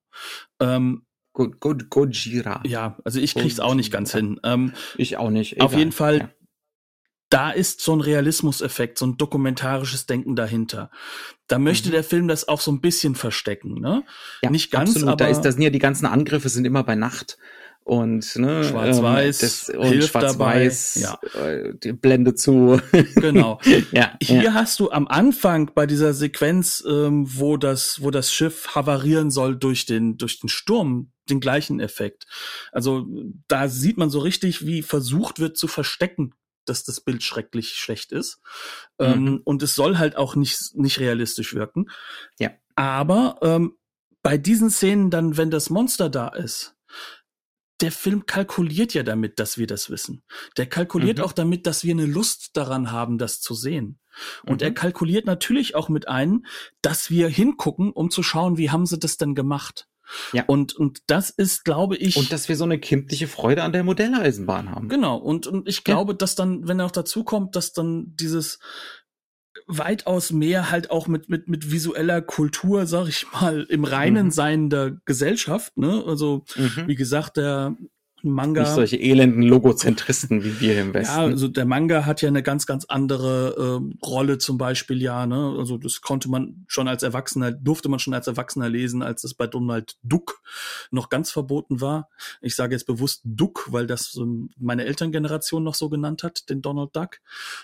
Ja, also ich krieg's auch nicht ganz hin. Ich auch nicht. Egal. Auf jeden Fall. Da ist so ein Realismuseffekt, so ein dokumentarisches Denken dahinter. Da möchte der Film das auch so ein bisschen verstecken, ne? Ja, nicht ganz, absolut. Aber da sind ja die ganzen Angriffe sind immer bei Nacht und Schwarz-Weiß hilft Schwarz-Weiß, dabei. Die Blende zu. Genau. Hier hast du am Anfang bei dieser Sequenz, wo das Schiff havarieren soll durch den Sturm, den gleichen Effekt. Also da sieht man so richtig, wie versucht wird zu verstecken, dass das Bild schrecklich schlecht ist. Und es soll halt auch nicht realistisch wirken. Ja. Aber bei diesen Szenen dann, wenn das Monster da ist, der Film kalkuliert ja damit, dass wir das wissen. Der kalkuliert auch damit, dass wir eine Lust daran haben, das zu sehen. Und er kalkuliert natürlich auch mit ein, dass wir hingucken, um zu schauen, wie haben sie das denn gemacht. Ja. Und das ist, glaube ich... Und dass wir so eine kindliche Freude an der Modelleisenbahn haben. Genau. Und ich glaube, dass dann, wenn er auch dazu kommt, dass dann dieses weitaus mehr halt auch mit visueller Kultur, sag ich mal, im reinen Sein der Gesellschaft, ne? Also, wie gesagt, der Manga. Nicht solche elenden Logozentristen wie wir im Westen. Ja, also der Manga hat ja eine ganz, ganz andere Rolle zum Beispiel, ja, ne? Also das durfte man schon als Erwachsener lesen, als es bei Donald Duck noch ganz verboten war. Ich sage jetzt bewusst Duck, weil das meine Elterngeneration noch so genannt hat, den Donald Duck.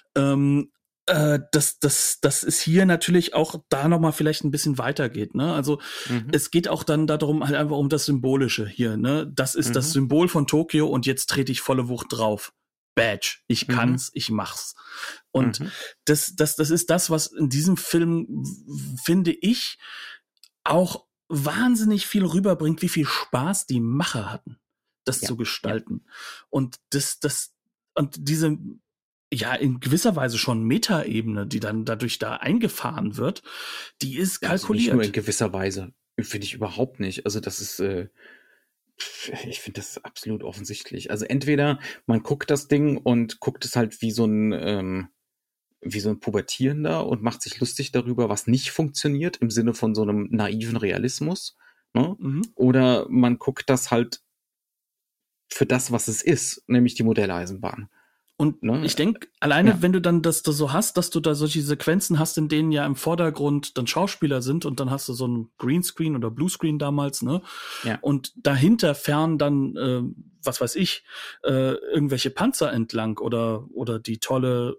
Das ist hier natürlich auch da nochmal vielleicht ein bisschen weitergeht, ne? Also es geht auch dann darum, halt einfach um das Symbolische hier, ne? Das ist das Symbol von Tokio und jetzt trete ich volle Wucht drauf. Badge. Ich kann's, ich mach's. Und das ist das, was in diesem Film, finde ich, auch wahnsinnig viel rüberbringt, wie viel Spaß die Macher hatten, das zu gestalten. Und und diese, ja, in gewisser Weise schon Metaebene, die dann dadurch da eingefahren wird, die ist kalkuliert. Also nicht nur in gewisser Weise. Finde ich überhaupt nicht. Also das ist, ich finde das absolut offensichtlich. Also entweder man guckt das Ding und guckt es halt wie so ein Pubertierender und macht sich lustig darüber, was nicht funktioniert, im Sinne von so einem naiven Realismus. Ne? Oder man guckt das halt für das, was es ist, nämlich die Modelleisenbahn. Und ich denke, alleine wenn du dann das so hast, dass du da solche Sequenzen hast, in denen ja im Vordergrund dann Schauspieler sind und dann hast du so ein Greenscreen oder Bluescreen damals, ne? Ja. Und dahinter fern dann, was weiß ich, irgendwelche Panzer entlang oder die tolle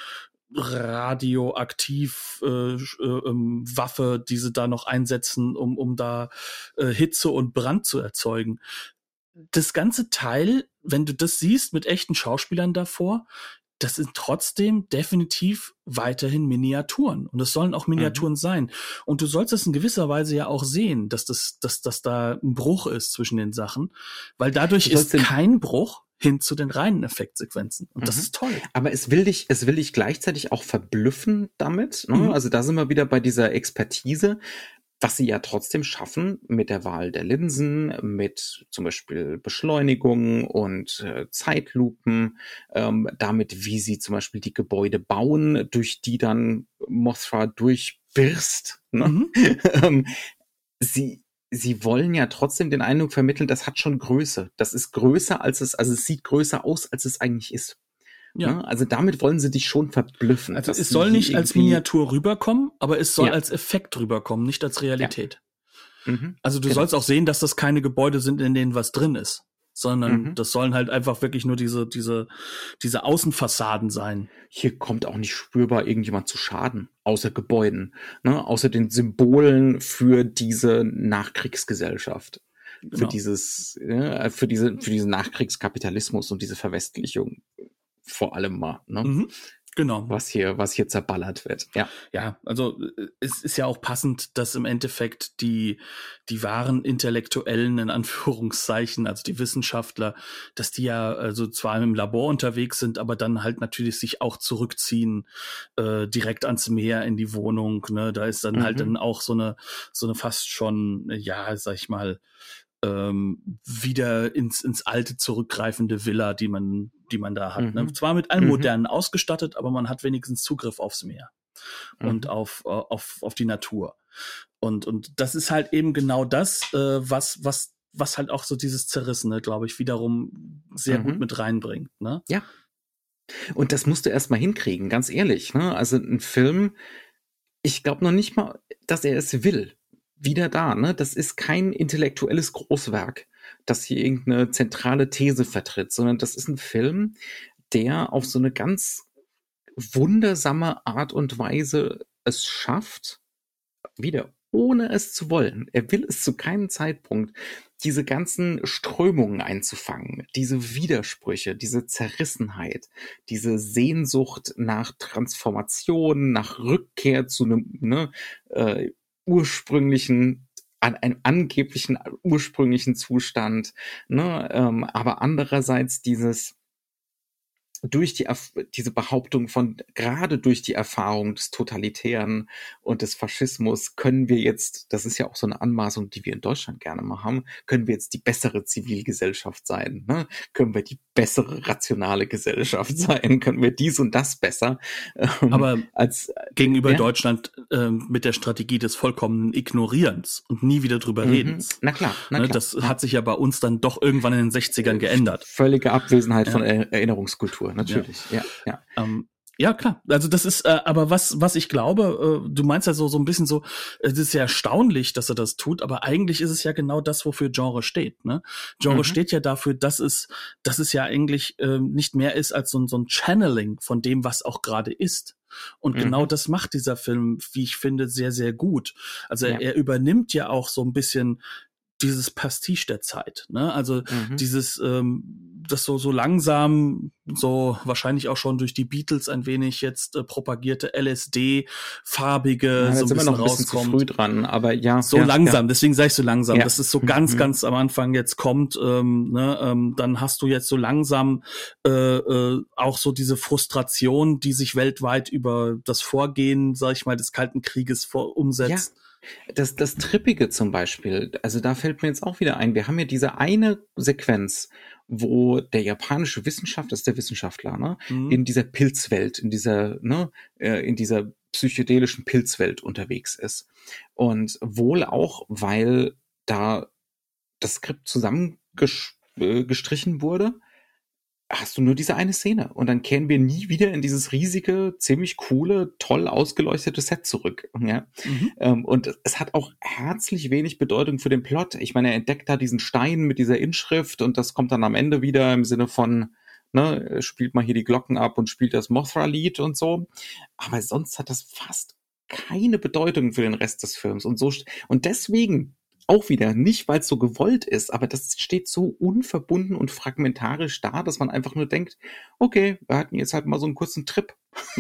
radioaktiv Waffe, die sie da noch einsetzen, um da Hitze und Brand zu erzeugen. Das ganze Teil, wenn du das siehst mit echten Schauspielern davor, das sind trotzdem definitiv weiterhin Miniaturen. Und es sollen auch Miniaturen sein. Und du sollst es in gewisser Weise ja auch sehen, dass da ein Bruch ist zwischen den Sachen. Weil dadurch ist kein Bruch hin zu den reinen Effektsequenzen. Und das ist toll. Aber es will dich gleichzeitig auch verblüffen damit. Ne? Also da sind wir wieder bei dieser Expertise, was sie ja trotzdem schaffen mit der Wahl der Linsen, mit zum Beispiel Beschleunigung und Zeitlupen, damit, wie sie zum Beispiel die Gebäude bauen, durch die dann Mothra durchbirst. Ne? Sie wollen ja trotzdem den Eindruck vermitteln, das hat schon Größe. Das ist größer, also es sieht größer aus, als es eigentlich ist. Ja. Also damit wollen sie dich schon verblüffen. Also es soll nicht als Miniatur rüberkommen, aber es soll als Effekt rüberkommen, nicht als Realität. Ja. Also du sollst auch sehen, dass das keine Gebäude sind, in denen was drin ist, sondern das sollen halt einfach wirklich nur diese Außenfassaden sein. Hier kommt auch nicht spürbar irgendjemand zu Schaden, außer Gebäuden, ne? Außer den Symbolen für diese Nachkriegsgesellschaft. Genau. Für diesen Nachkriegskapitalismus und diese Verwestlichung. Vor allem mal, ne? Genau. Was hier zerballert wird. Ja, also es ist ja auch passend, dass im Endeffekt die wahren Intellektuellen, in Anführungszeichen, also die Wissenschaftler, dass die ja also zwar im Labor unterwegs sind, aber dann halt natürlich sich auch zurückziehen, direkt ans Meer in die Wohnung, ne? Da ist dann halt dann auch so eine fast schon, ja, sag ich mal, wieder ins Alte zurückgreifende Villa, die man da hat. Ne? Zwar mit allem Modernen ausgestattet, aber man hat wenigstens Zugriff aufs Meer und auf die Natur. Und das ist halt eben genau das, was halt auch so dieses Zerrissene, glaube ich, wiederum sehr gut mit reinbringt. Ne? Ja. Und das musst du erst mal hinkriegen, ganz ehrlich. Ne? Also ein Film, ich glaube noch nicht mal, dass er es will. Wieder da, ne? Das ist kein intellektuelles Großwerk, das hier irgendeine zentrale These vertritt, sondern das ist ein Film, der auf so eine ganz wundersame Art und Weise es schafft, wieder ohne es zu wollen. Er will es zu keinem Zeitpunkt, diese ganzen Strömungen einzufangen, diese Widersprüche, diese Zerrissenheit, diese Sehnsucht nach Transformation, nach Rückkehr zu einem einem angeblichen ursprünglichen Zustand, ne? Aber andererseits dieses diese Behauptung von, gerade durch die Erfahrung des Totalitären und des Faschismus können wir jetzt, das ist ja auch so eine Anmaßung, die wir in Deutschland gerne mal haben, können wir jetzt die bessere Zivilgesellschaft sein, ne? Können wir die bessere rationale Gesellschaft sein? Können wir dies und das besser? Aber gegenüber Deutschland mit der Strategie des vollkommenen Ignorierens und nie wieder drüber redens. Na klar. Das hat sich ja bei uns dann doch irgendwann in den 60ern geändert. Völlige Abwesenheit von Erinnerungskultur, natürlich. Ja. Ja, klar. Also das ist, aber was ich glaube, du meinst ja so ein bisschen so, es ist ja erstaunlich, dass er das tut, aber eigentlich ist es ja genau das, wofür Genre steht, ne? Genre steht ja dafür, dass es ja eigentlich nicht mehr ist als so ein Channeling von dem, was auch gerade ist. Und genau das macht dieser Film, wie ich finde, sehr, sehr gut. Also er übernimmt ja auch so ein bisschen dieses Pastiche der Zeit, ne? Also dieses, das so langsam, so wahrscheinlich auch schon durch die Beatles ein wenig jetzt propagierte LSD-farbige, so ein bisschen noch ein rauskommt. Bisschen zu früh dran, aber langsam, deswegen sage ich so langsam, Ja. dass es so ganz am Anfang jetzt kommt, dann hast du jetzt so langsam auch so diese Frustration, die sich weltweit über das Vorgehen, sag ich mal, des Kalten Krieges umsetzt. Ja. Das Trippige zum Beispiel, also da fällt mir jetzt auch wieder ein, wir haben ja diese eine Sequenz, wo der japanische Wissenschaftler, das ist der Wissenschaftler, ne, in dieser Pilzwelt, in dieser psychedelischen Pilzwelt unterwegs ist. Und wohl auch, weil da das Skript zusammengestrichen wurde, hast du nur diese eine Szene. Und dann kehren wir nie wieder in dieses riesige, ziemlich coole, toll ausgeleuchtete Set zurück. Ja? Und es hat auch herzlich wenig Bedeutung für den Plot. Ich meine, er entdeckt da diesen Stein mit dieser Inschrift und das kommt dann am Ende wieder im Sinne von, ne, spielt mal hier die Glocken ab und spielt das Mothra-Lied und so. Aber sonst hat das fast keine Bedeutung für den Rest des Films. Und deswegen auch wieder, nicht weil es so gewollt ist, aber das steht so unverbunden und fragmentarisch da, dass man einfach nur denkt, okay, wir hatten jetzt halt mal so einen kurzen Trip.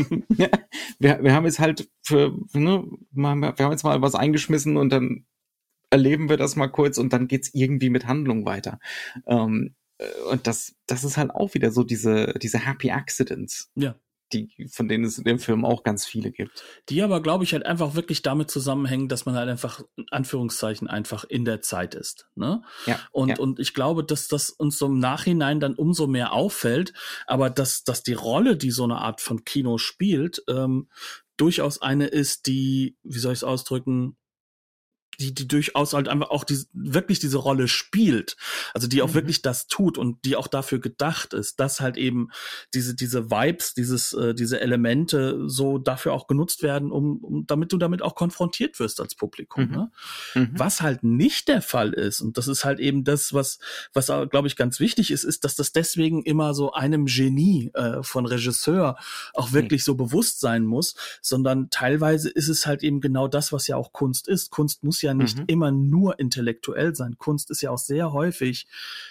wir haben jetzt halt wir haben jetzt mal was eingeschmissen und dann erleben wir das mal kurz und dann geht's irgendwie mit Handlung weiter. Und das ist halt auch wieder so diese Happy Accidents. Ja. Von denen es in dem Film auch ganz viele gibt. Die aber, glaube ich, halt einfach wirklich damit zusammenhängen, dass man halt einfach, in Anführungszeichen, einfach in der Zeit ist, ne? Ja. Und ich glaube, dass das uns so im Nachhinein dann umso mehr auffällt, aber dass die Rolle, die so eine Art von Kino spielt, durchaus eine ist, die, wie soll ich es ausdrücken, die durchaus halt einfach auch wirklich diese Rolle spielt, also die auch wirklich das tut und die auch dafür gedacht ist, dass halt eben diese Vibes, diese Elemente so dafür auch genutzt werden, damit du damit auch konfrontiert wirst als Publikum, ne? Was halt nicht der Fall ist, und das ist halt eben das, was glaube ich ganz wichtig ist, dass das deswegen immer so einem Genie von Regisseur auch wirklich so bewusst sein muss, sondern teilweise ist es halt eben genau das, was ja auch Kunst ist. Kunst muss ja nicht immer nur intellektuell sein. Kunst ist ja auch sehr häufig,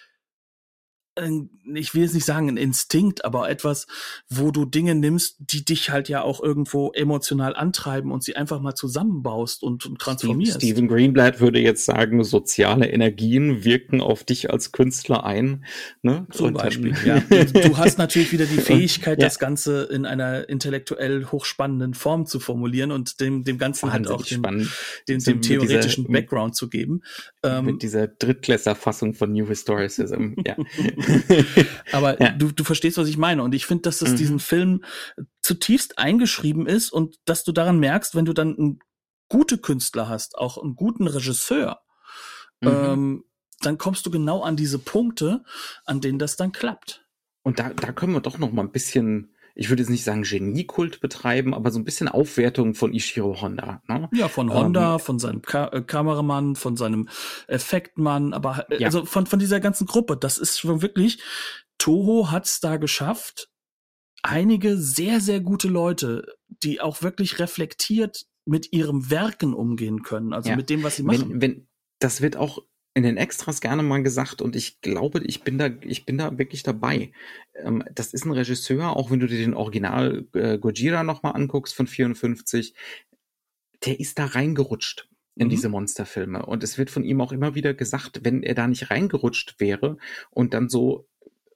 ich will jetzt nicht sagen ein Instinkt, aber etwas, wo du Dinge nimmst, die dich halt ja auch irgendwo emotional antreiben und sie einfach mal zusammenbaust und transformierst. Stephen Greenblatt würde jetzt sagen, soziale Energien wirken auf dich als Künstler ein. Ne? Zum Beispiel, ja. Du hast natürlich wieder die Fähigkeit, das Ganze in einer intellektuell hochspannenden Form zu formulieren und dem Ganzen halt auch dem theoretischen Background zu geben. Mit dieser Drittklässler-Fassung von New Historicism, ja. Aber du verstehst, was ich meine. Und ich finde, dass das diesen Film zutiefst eingeschrieben ist und dass du daran merkst, wenn du dann einen gute Künstler hast, auch einen guten Regisseur, dann kommst du genau an diese Punkte, an denen das dann klappt. Und da können wir doch noch mal ein bisschen, ich würde jetzt nicht sagen Geniekult betreiben, aber so ein bisschen Aufwertung von Ishiro Honda. Ne? Ja, von Honda, von seinem Kameramann, von seinem Effektmann, aber also von dieser ganzen Gruppe. Das ist schon wirklich, Toho hat's da geschafft, einige sehr, sehr gute Leute, die auch wirklich reflektiert mit ihrem Werken umgehen können, also mit dem, was sie machen. Das wird auch in den Extras gerne mal gesagt und ich glaube, ich bin da wirklich dabei. Das ist ein Regisseur, auch wenn du dir den Original Gojira nochmal anguckst von 54, der ist da reingerutscht in diese Monsterfilme und es wird von ihm auch immer wieder gesagt, wenn er da nicht reingerutscht wäre und dann so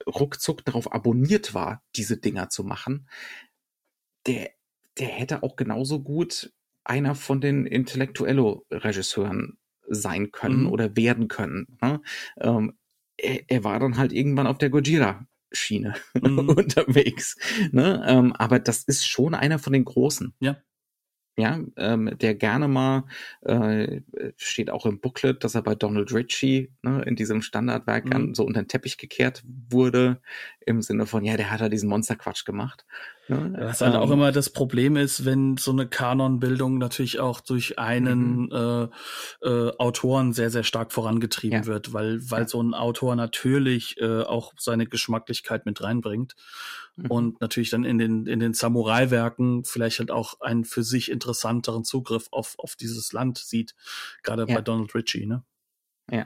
ruckzuck darauf abonniert war, diese Dinger zu machen, der hätte auch genauso gut einer von den Intellektuello-Regisseuren sein können oder werden können. Ne? Er war dann halt irgendwann auf der Gojira-Schiene unterwegs. Ne? Aber das ist schon einer von den Großen. Ja. Ja, der gerne mal, steht auch im Booklet, dass er bei Donald Ritchie, ne, in diesem Standardwerk so unter den Teppich gekehrt wurde, im Sinne von, ja, der hat ja diesen Monsterquatsch gemacht. Ne? Was halt auch immer das Problem ist, wenn so eine Kanonbildung natürlich auch durch einen Autoren sehr, sehr stark vorangetrieben wird, weil so ein Autor natürlich auch seine Geschmacklichkeit mit reinbringt. Und natürlich dann in den Samurai-Werken vielleicht halt auch einen für sich interessanteren Zugriff auf dieses Land sieht, gerade bei Donald Ritchie, ne? Ja.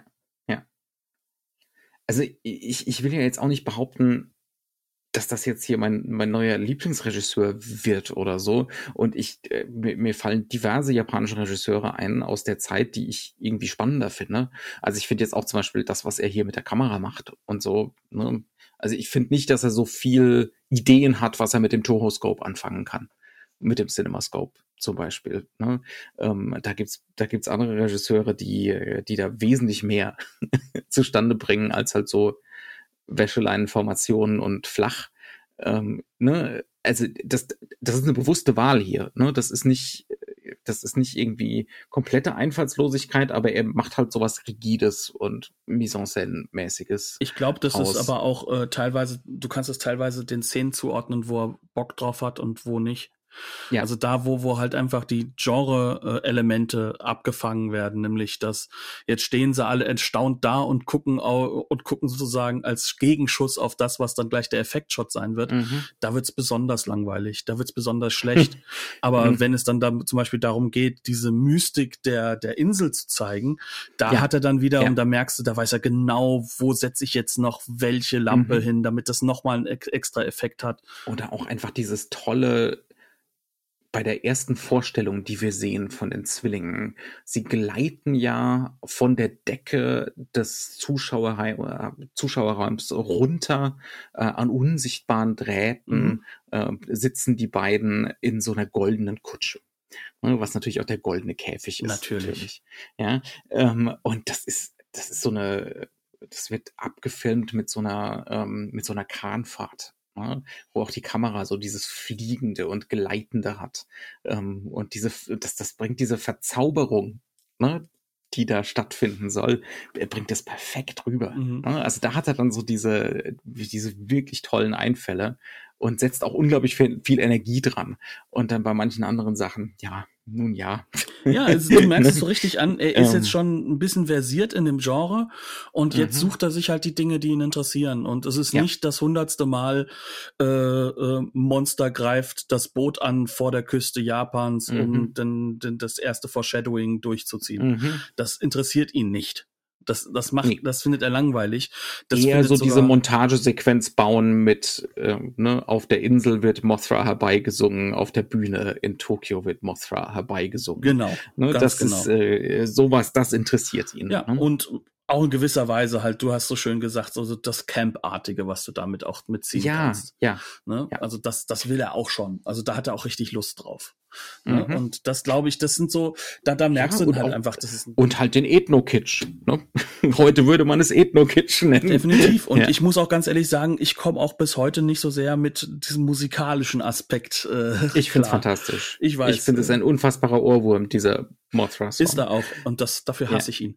Also ich will ja jetzt auch nicht behaupten, dass das jetzt hier mein neuer Lieblingsregisseur wird oder so. Und mir fallen diverse japanische Regisseure ein aus der Zeit, die ich irgendwie spannender finde. Also ich finde jetzt auch zum Beispiel das, was er hier mit der Kamera macht und so. Ne? Also ich finde nicht, dass er so viel Ideen hat, was er mit dem Toho-Scope anfangen kann. Mit dem CinemaScope zum Beispiel. Ne? Da gibt's andere Regisseure, die da wesentlich mehr zustande bringen, als halt so Wäscheleinenformationen und flach. Ne? Also das ist eine bewusste Wahl hier. Ne? Das ist nicht irgendwie komplette Einfallslosigkeit, aber er macht halt sowas Rigides und Mise-en-Scène-mäßiges. Ich glaube, das ist aber auch teilweise, du kannst es teilweise den Szenen zuordnen, wo er Bock drauf hat und wo nicht. Ja. Also da, wo halt einfach die Genre-Elemente abgefangen werden, nämlich dass jetzt stehen sie alle erstaunt da und gucken sozusagen als Gegenschuss auf das, was dann gleich der Effektshot sein wird. Da wird's besonders langweilig, da wird's besonders schlecht. Aber wenn es dann zum Beispiel darum geht, diese Mystik der Insel zu zeigen, da hat er dann wieder, und da merkst du, da weiß er genau, wo setze ich jetzt noch welche Lampe hin, damit das nochmal einen extra Effekt hat. Oder auch einfach dieses tolle bei der ersten Vorstellung, die wir sehen von den Zwillingen, sie gleiten ja von der Decke des Zuschauerraums runter, an unsichtbaren Drähten sitzen die beiden in so einer goldenen Kutsche. Was natürlich auch der goldene Käfig ist. Natürlich. Ja, und das ist so das wird abgefilmt mit so einer Kranfahrt. Ja, wo auch die Kamera so dieses Fliegende und Gleitende hat. Und das bringt diese Verzauberung, ne, die da stattfinden soll, er bringt das perfekt rüber. Also da hat er dann so diese wirklich tollen Einfälle und setzt auch unglaublich viel Energie dran. Und dann bei manchen anderen Sachen, ja. Ja, also du merkst es so richtig an, er ist jetzt schon ein bisschen versiert in dem Genre und jetzt sucht er sich halt die Dinge, die ihn interessieren. Und es ist nicht das 100. Mal Monster greift das Boot an vor der Küste Japans, um das erste Foreshadowing durchzuziehen. Das interessiert ihn nicht. Das findet er langweilig. Eher so diese Montagesequenz bauen mit, auf der Insel wird Mothra herbeigesungen, auf der Bühne in Tokio wird Mothra herbeigesungen. Genau. Ne, das ist sowas, das interessiert ihn. Ja, und auch in gewisser Weise halt, du hast so schön gesagt, so das Camp-artige, was du damit auch mitziehen kannst. Ne? Ja. Also das will er auch schon. Also da hat er auch richtig Lust drauf. Ne? Und das glaube ich, das sind so, da merkst du halt auch, einfach, das ist und halt den Ethno-Kitsch. Ne? Heute würde man es Ethno-Kitsch nennen. Definitiv. Und ich muss auch ganz ehrlich sagen, ich komme auch bis heute nicht so sehr mit diesem musikalischen Aspekt ich finde es fantastisch. Ich weiß. Ich finde es ein unfassbarer Ohrwurm, dieser Mothra-Song. Ist er auch. Und dafür hasse ich ihn.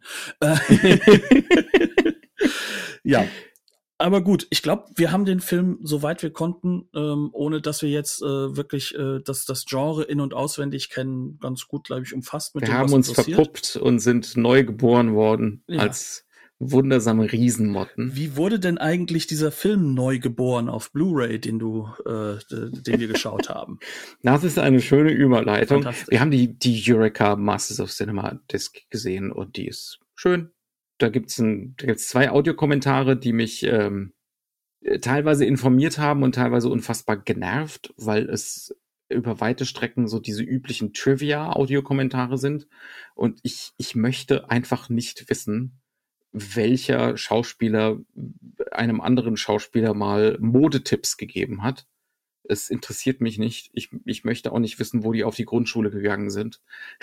Ja. Aber gut, ich glaube, wir haben den Film, soweit wir konnten, ohne dass wir jetzt wirklich das Genre in- und auswendig kennen, ganz gut, glaube ich, umfasst. Wir haben uns verpuppt und sind neu geboren worden als wundersame Riesenmotten. Wie wurde denn eigentlich dieser Film neu geboren auf Blu-ray, den wir geschaut haben? Das ist eine schöne Überleitung. Wir haben die Eureka Masters of Cinema Disc gesehen und die ist schön. Da gibt's 2 Audiokommentare, die mich teilweise informiert haben und teilweise unfassbar genervt, weil es über weite Strecken so diese üblichen Trivia-Audiokommentare sind. Und ich möchte einfach nicht wissen, welcher Schauspieler einem anderen Schauspieler mal Modetipps gegeben hat. Es interessiert mich nicht. Ich möchte auch nicht wissen, wo die auf die Grundschule gegangen sind.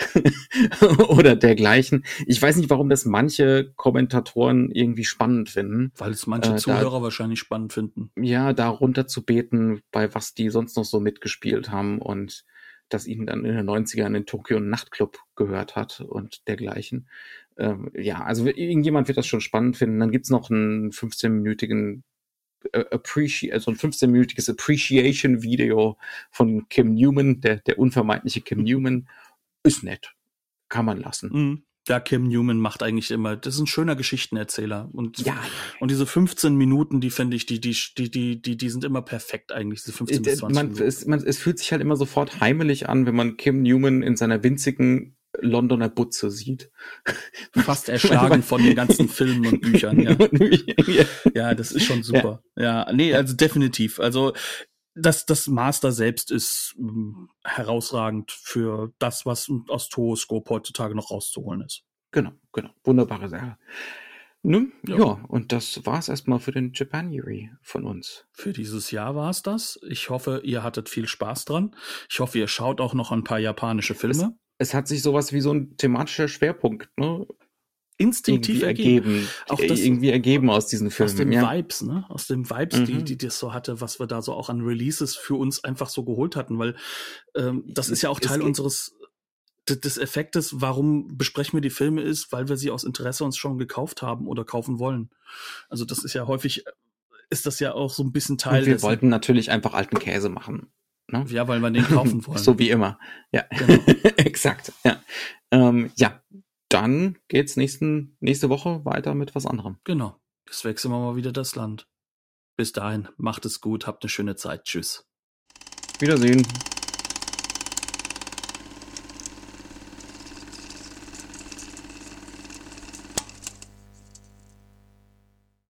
Oder dergleichen. Ich weiß nicht, warum das manche Kommentatoren irgendwie spannend finden. Weil es manche Zuhörer wahrscheinlich spannend finden. Ja, da runter zu beten, bei was die sonst noch so mitgespielt haben und dass ihnen dann in den 90ern in Tokio ein Nachtclub gehört hat und dergleichen. Ja, also irgendjemand wird das schon spannend finden. Dann gibt's noch einen 15-minütigen also ein 15-minütiges Appreciation-Video von Kim Newman, der unvermeidliche Kim Newman. Ist nett. Kann man lassen. Ja, Kim Newman macht eigentlich immer, das ist ein schöner Geschichtenerzähler. Und diese 15 Minuten, die finde ich, die sind immer perfekt eigentlich, diese 15 bis 20 Minuten. Es fühlt sich halt immer sofort heimelig an, wenn man Kim Newman in seiner winzigen Londoner Butze sieht. Fast erschlagen von den ganzen Filmen und Büchern, ja. Ja, das ist schon super. Ja, nee, also definitiv. Also das Master selbst ist herausragend für das, was aus Tooscope heutzutage noch rauszuholen ist. Genau. Wunderbare Sache. Ne? Ja, und das war's erstmal für den Japanuary von uns. Für dieses Jahr war's das. Ich hoffe, ihr hattet viel Spaß dran. Ich hoffe, ihr schaut auch noch ein paar japanische Filme. Es hat sich sowas wie so ein thematischer Schwerpunkt, ne? Instinktiv ergeben. Auch das irgendwie ergeben aus diesen Filmen. Aus den Vibes, ne? Aus den Vibes, die das so hatte, was wir da so auch an Releases für uns einfach so geholt hatten, weil das ist ja auch Teil des Effektes, warum besprechen wir die Filme ist, weil wir sie aus Interesse uns schon gekauft haben oder kaufen wollen. Also das ist ja häufig, ist das ja auch so ein bisschen Teil dessen. Wir wollten natürlich einfach alten Käse machen. Ne? Ja, weil wir den kaufen wollen. So wie immer. Ja, genau. Exakt. Ja. Ja, dann geht's nächste Woche weiter mit was anderem. Genau. Jetzt wechseln wir mal wieder das Land. Bis dahin, macht es gut, habt eine schöne Zeit. Tschüss. Wiedersehen.